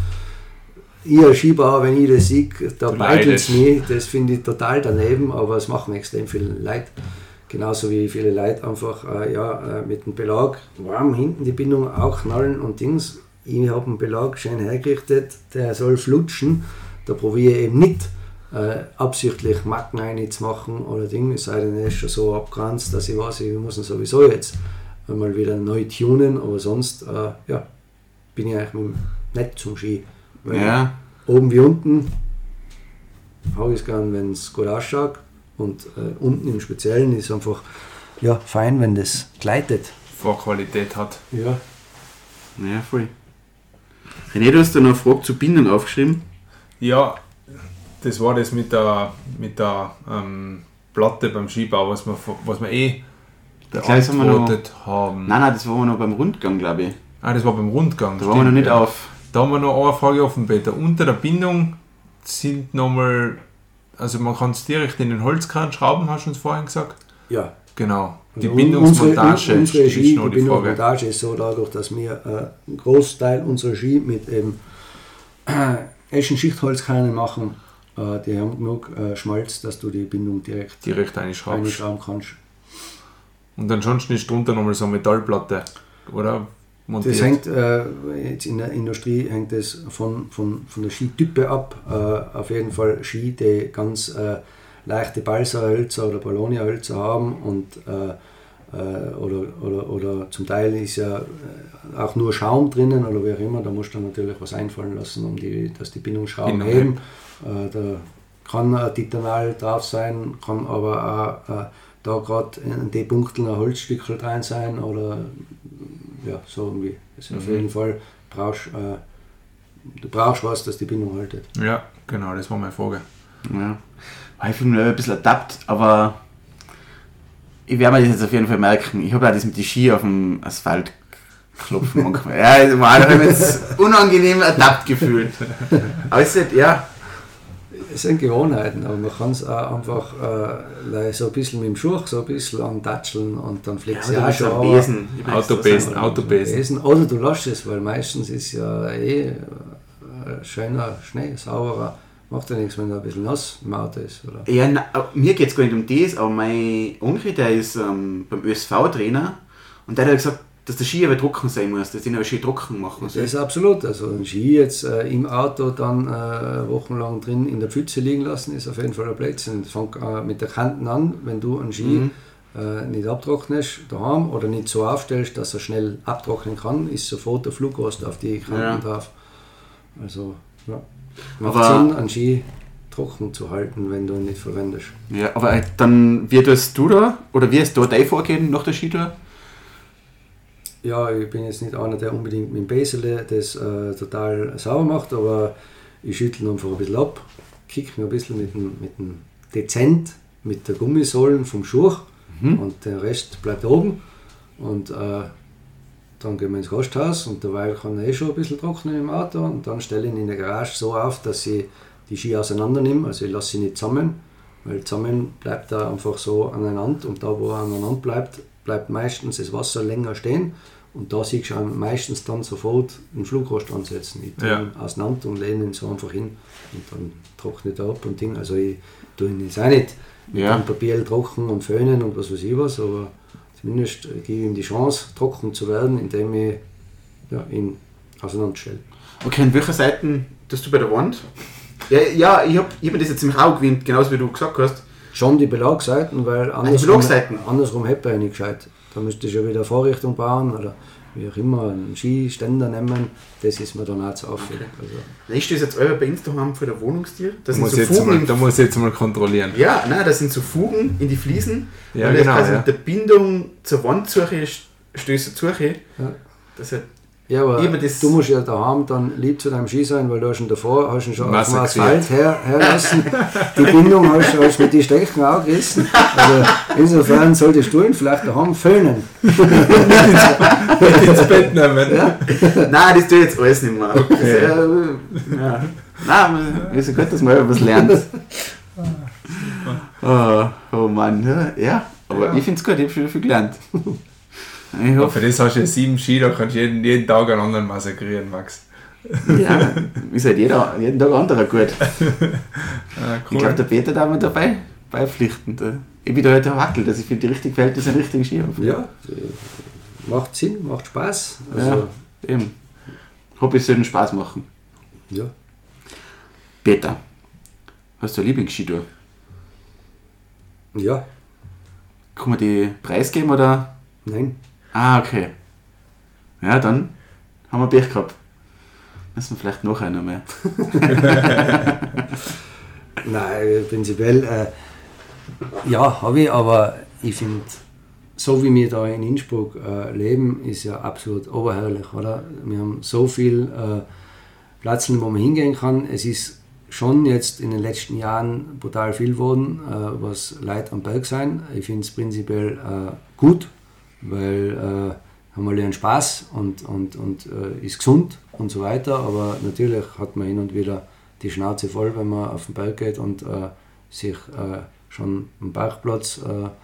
Ich als Skibauer, wenn ich das sehe, da beitelt es mich, das finde ich total daneben, aber es machen extrem viele Leute. Genauso wie viele Leute einfach mit dem Belag warm hinten die Bindung auch knallen und Dings. Ich habe einen Belag schön hergerichtet, der soll flutschen. Da probiere ich eben nicht absichtlich Macken reinzumachen oder Ding, es sei denn, er ist schon so abgeranzt, dass ich weiß, ich muss ihn sowieso jetzt mal wieder neu tunen, aber sonst bin ich eigentlich nicht zum Ski. Weil oben wie unten habe ich es gern, wenn es gut ausschaut und unten im Speziellen ist einfach fein, wenn das gleitet. Vorqualität hat. Ja. Naja, voll. René, du hast da noch eine Frage zur Bindung aufgeschrieben. Ja, das war das mit der Platte beim Skibau, was wir beantwortet haben. Nein, das war noch beim Rundgang, glaube ich. Ah, das war beim Rundgang. Da waren wir noch nicht auf. Da haben wir noch eine Frage offen, Peter. Unter der Bindung sind nochmal, also man kann es direkt in den Holzkran schrauben, hast du uns vorhin gesagt? Ja. Genau. Die Bindungsmontage ist noch die Bindungsmontage ist so dadurch, dass wir einen Großteil unserer Ski mit eben Eschen-Schichtholzkerne machen. Die haben genug Schmalz, dass du die Bindung direkt einschrauben kannst. Und ansonsten ist drunter nochmal so eine Metallplatte, oder? Montiert. Das hängt, jetzt in der Industrie hängt es von der Skitype ab. Auf jeden Fall Ski, die ganz leichte Balsahölzer oder Bologna-Hölzer haben und oder zum Teil ist ja auch nur Schaum drinnen oder wie auch immer, da musst du dann natürlich was einfallen lassen, dass die Bindungsschrauben heben. Da kann ein Titanal drauf sein, kann aber auch da gerade in die Punkten ein Holzstückchen rein sein oder ja, so irgendwie. Also auf jeden Fall du brauchst was, dass die Bindung haltet. Ja, genau, das war meine Frage. Ja. Ich bin mir ein bisschen ertappt, aber ich werde mir das jetzt auf jeden Fall merken. Ich habe auch das mit den Ski auf dem Asphalt klopfen manchmal. Ja, ich habe mich jetzt unangenehm ertappt gefühlt. Aber es ist ja. Es sind Gewohnheiten, aber man kann es auch einfach so ein bisschen mit dem Schuh so ein bisschen antatscheln und dann fliegt es ja auch schon Autobesen. Oder du lässt es, weil meistens ist ja schöner Schnee, sauberer. Macht ja nichts, wenn da ein bisschen nass im Auto ist. Oder? Ja, mir geht es gar nicht um das, aber mein Onkel, der ist beim ÖSV-Trainer und der hat gesagt, dass der Ski aber trocken sein muss, dass den aber schön trocken machen. Das ist absolut. Also ein Ski jetzt im Auto dann wochenlang drin in der Pfütze liegen lassen, ist auf jeden Fall ein Blödsinn. Das fängt mit der Kanten an, wenn du einen Ski nicht abtrocknest daheim oder nicht so aufstellst, dass er schnell abtrocknen kann, ist sofort der Flugrost auf die Kanten drauf. Also ja. Macht Sinn, einen Ski trocken zu halten, wenn du ihn nicht verwendest. Ja, aber dann wie tust du da, oder wie ist da dein Vorgehen nach der Skitour? Ja, ich bin jetzt nicht einer, der unbedingt mit dem Besele das total sauber macht, aber ich schüttle einfach ein bisschen ab, kicke mir ein bisschen mit dem dezent mit der Gummisohlen vom Schuh und der Rest bleibt oben und dann gehen wir ins Gasthaus und derweil kann er schon ein bisschen trocknen im Auto und dann stelle ich ihn in der Garage so auf, dass ich die Ski auseinander nehme, also ich lasse sie nicht zusammen, weil zusammen bleibt er einfach so aneinander und da wo er aneinander bleibt meistens das Wasser länger stehen und da siehst du meistens dann sofort einen Flugrost ansetzen. Ich tue ihn auseinander und lehne ihn so einfach hin und dann trocknet er ab und Ding, also ich tue ihn jetzt auch nicht mit dem Papier trocken und föhnen und was weiß ich was, aber zumindest gebe ich ihm die Chance, trocken zu werden, indem ich ihn auseinanderstelle. Okay, an welcher Seite tust du bei der Wand? Ja, ich hab mir das jetzt ziemlich auch gewöhnt, genauso wie du gesagt hast. Schon die Belagseiten, weil andersrum hätte er ja nicht gescheit. Da müsste ich ja wieder eine Vorrichtung bauen oder wie auch immer, einen Skiständer nehmen, das ist mir dann auch zu aufwendig. Okay. Also. Ist das jetzt euer bei Instagram für der Wohnungstier? Da muss ich jetzt mal kontrollieren. Ja, nein, das sind so Fugen in die Fliesen. Ja, und genau. Mit der Bindung zur Wand stößt du zu. Das hat ja, aber du musst ja daheim dann lieb zu deinem Ski sein, weil du hast ihn davor schon auf dem Asphalt herlassen. Die Bindung hast du mit den Stecken auch gerissen. Also insofern solltest du ihn vielleicht daheim föhnen. Nicht ins Bett nehmen. Ja? Nein, das tue ich jetzt alles nicht mehr. Okay. Ja. Nein, ist ja gut, dass man etwas lernt. Oh Mann, ja. Aber ich finde es gut, ich habe schon viel gelernt. Ja, für das hast du ja 7 Ski, da kannst du jeden Tag einen anderen massakrieren, Max. Ja, ist halt jeden Tag anderer gut. Cool. Ich glaube, der Peter darf mir dabei beipflichten. Ich bin da halt Wackel, dass ich für die richtigen Verhältnisse einen richtigen Ski habe. Ja, macht Sinn, macht Spaß. Also ja, eben. Hobbys sollten Spaß machen. Ja. Peter, hast du eine Lieblingsskitour? Ja. Kann man die preisgeben oder? Nein. Ah, okay. Ja, dann haben wir Pech gehabt. Müssen wir vielleicht noch einer mehr. Nein, prinzipiell ja, habe ich, aber ich finde, so wie wir da in Innsbruck leben, ist ja absolut oberherrlich, oder? Wir haben so viel Plätze, wo man hingehen kann. Es ist schon jetzt in den letzten Jahren brutal viel geworden, was Leute am Berg sein. Ich finde es prinzipiell gut, weil haben wir einen Spaß und ist gesund und so weiter, aber natürlich hat man hin und wieder die Schnauze voll, wenn man auf den Berg geht und sich schon einen Parkplatz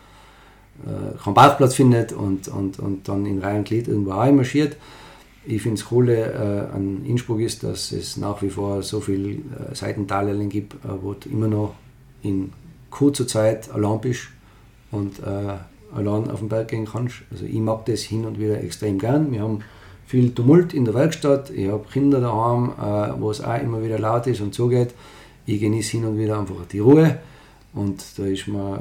findet und dann in Reihe und Glied irgendwo einmarschiert. Ich finde das Coole an Innsbruck ist, dass es nach wie vor so viele Seitentalellen gibt, wo du immer noch in kurzer Zeit allein bist und allein auf den Berg gehen kannst. Also ich mag das hin und wieder extrem gern. Wir haben viel Tumult in der Werkstatt. Ich habe Kinder daheim, wo es auch immer wieder laut ist und zugeht. Ich genieße hin und wieder einfach die Ruhe. Und da ist mir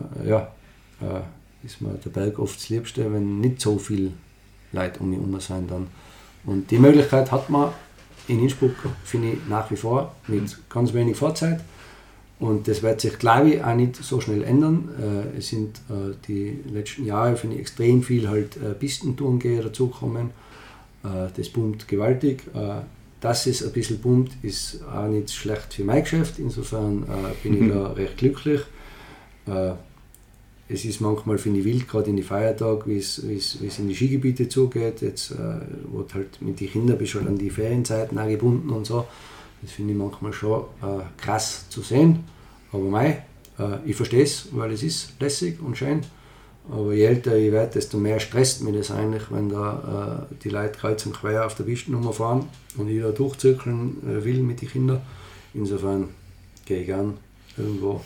der Berg oft das Liebste, wenn nicht so viel Leute um mich herum sind dann. Und die Möglichkeit hat man in Innsbruck, finde ich, nach wie vor mit ganz wenig Fahrzeit. Und das wird sich, glaube ich, auch nicht so schnell ändern. Es sind die letzten Jahre, finde ich, extrem viel halt Pistentourengeher dazugekommen. Das boomt gewaltig. Dass es ein bisschen boomt, ist auch nicht schlecht für mein Geschäft. Insofern bin ich da recht glücklich. Es ist manchmal, finde ich, wild, gerade in die Feiertage, wie es in die Skigebiete zugeht. Jetzt, wo halt mit den Kindern bist du halt an die Ferienzeiten auch gebunden und so. Das finde ich manchmal schon krass zu sehen. Aber ich verstehe es, weil es ist lässig und schön. Aber je älter ich werde, desto mehr stresst mich das eigentlich, wenn da die Leute kreuz und quer auf der Piste fahren und ich da durchzirkeln will mit den Kindern. Insofern gehe ich gern irgendwo,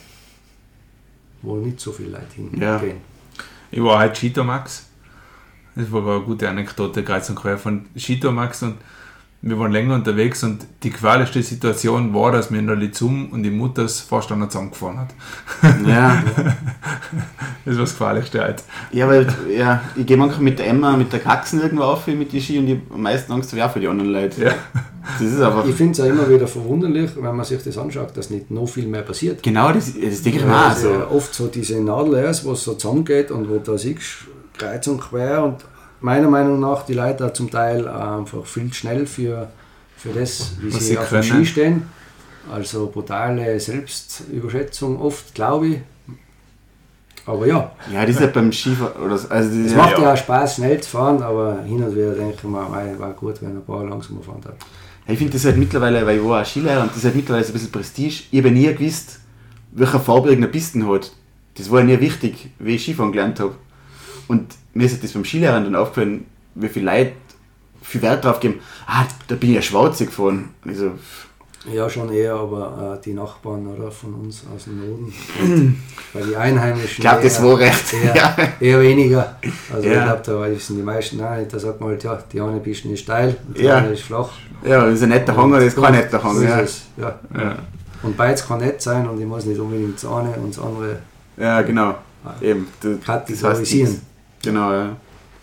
wo nicht so viele Leute hingehen. Ja. Ich war halt Skitomax. Das war eine gute Anekdote, kreuz und quer von Skitomax, und wir waren länger unterwegs und die gefährlichste Situation war, dass mir in der Lizum und die Mutter das Vorstand zusammengefahren hat. Ja. Das war das Gefährlichste halt. Ja, weil ich gehe manchmal mit der Emma, mit der Kraxen irgendwo auf mit den Ski und ich habe am meisten Angst für die anderen Leute. Ja. Das ist einfach. Ich finde es auch immer wieder verwunderlich, wenn man sich das anschaut, dass nicht noch viel mehr passiert. Genau, das denke ich mir auch so. Oft so diese Nadel, wo es so zusammengeht und wo da siehst, kreuz und quer, und meiner Meinung nach die Leute auch zum Teil einfach viel schnell für das, wie sie auf dem Ski stehen. Also brutale Selbstüberschätzung oft, glaube ich. Aber ja. Ja, das ist halt beim Skifahren. Es macht ja auch Spaß, schnell zu fahren, aber hin und wieder denke ich mir, war gut, wenn ein paar langsamer fahren hat. Ich finde das halt mittlerweile, weil ich war auch Skilehrer, und das ist halt mittlerweile ein bisschen Prestige. Ich habe nie gewusst, welcher Farbe irgendeine Pisten hat. Das war ja nie wichtig, wie ich Skifahren gelernt habe. Und mir ist das beim Skilehrer dann aufgefallen, wie viele Leute viel Wert drauf geben. Da bin ich ja schwarzig gefahren. Also, ja, schon eher, aber die Nachbarn oder, von uns aus dem Norden. Weil die Einheimischen. Ich glaube, das war recht. Eher weniger. Also ich glaube, da wissen die meisten nicht. Da sagt man halt, ja, die eine Piste ist steil und die andere ist flach. Ja, das ist ein netter Hanger, das ist kein netter Hanger. Ja. Und beides kann nett sein und ich muss nicht unbedingt das eine und das andere. Ja, genau. Eben. Kategorisieren. Genau, ja.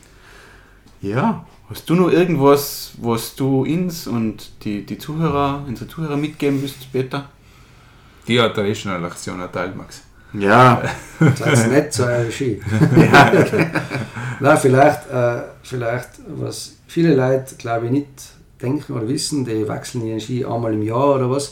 Ja, hast du noch irgendwas, was du uns und unsere Zuhörer mitgeben willst, Peter? Die hat da schon eine Lektion erteilt, Max. Ja. Seid nett zu euren Ski. Ja. Nein, vielleicht, was viele Leute, glaube ich, nicht denken oder wissen, die wechseln ihren Ski einmal im Jahr oder was.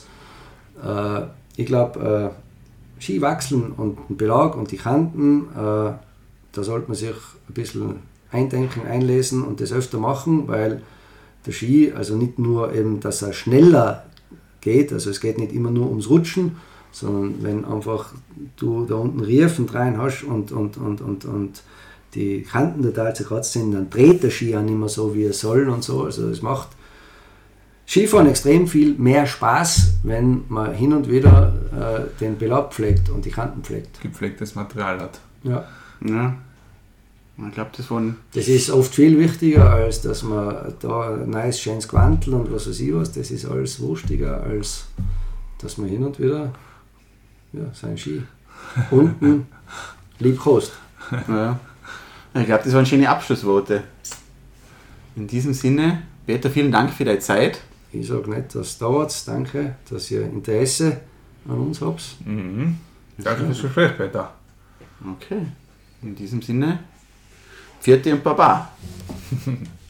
Ich glaube, Ski wechseln und den Belag und die Kanten, da sollte man sich ein bisschen eindenken, einlesen und das öfter machen, weil der Ski, also nicht nur eben, dass er schneller geht, also es geht nicht immer nur ums Rutschen, sondern wenn einfach du da unten Riefen rein hast und die Kanten total zerkratzt sind, dann dreht der Ski auch nicht mehr so, wie er soll und so. Also es macht Skifahren extrem viel mehr Spaß, wenn man hin und wieder den Belag pflegt und die Kanten pflegt. Gepflegtes Material hat. Ja. Ich glaube, das ist oft viel wichtiger, als dass man da ein neues, schönes Quantel und was weiß ich was, das ist alles wurstiger, als dass man hin und wieder seinen Ski unten liebkost. Ja. Ich glaube, das waren schöne Abschlussworte. In diesem Sinne, Peter, vielen Dank für deine Zeit. Ich sage nicht, dass es dauert. Danke, dass ihr Interesse an uns habt. Mhm. Danke fürs Gespräch, Peter. Okay. In diesem Sinne, Vierte und Baba.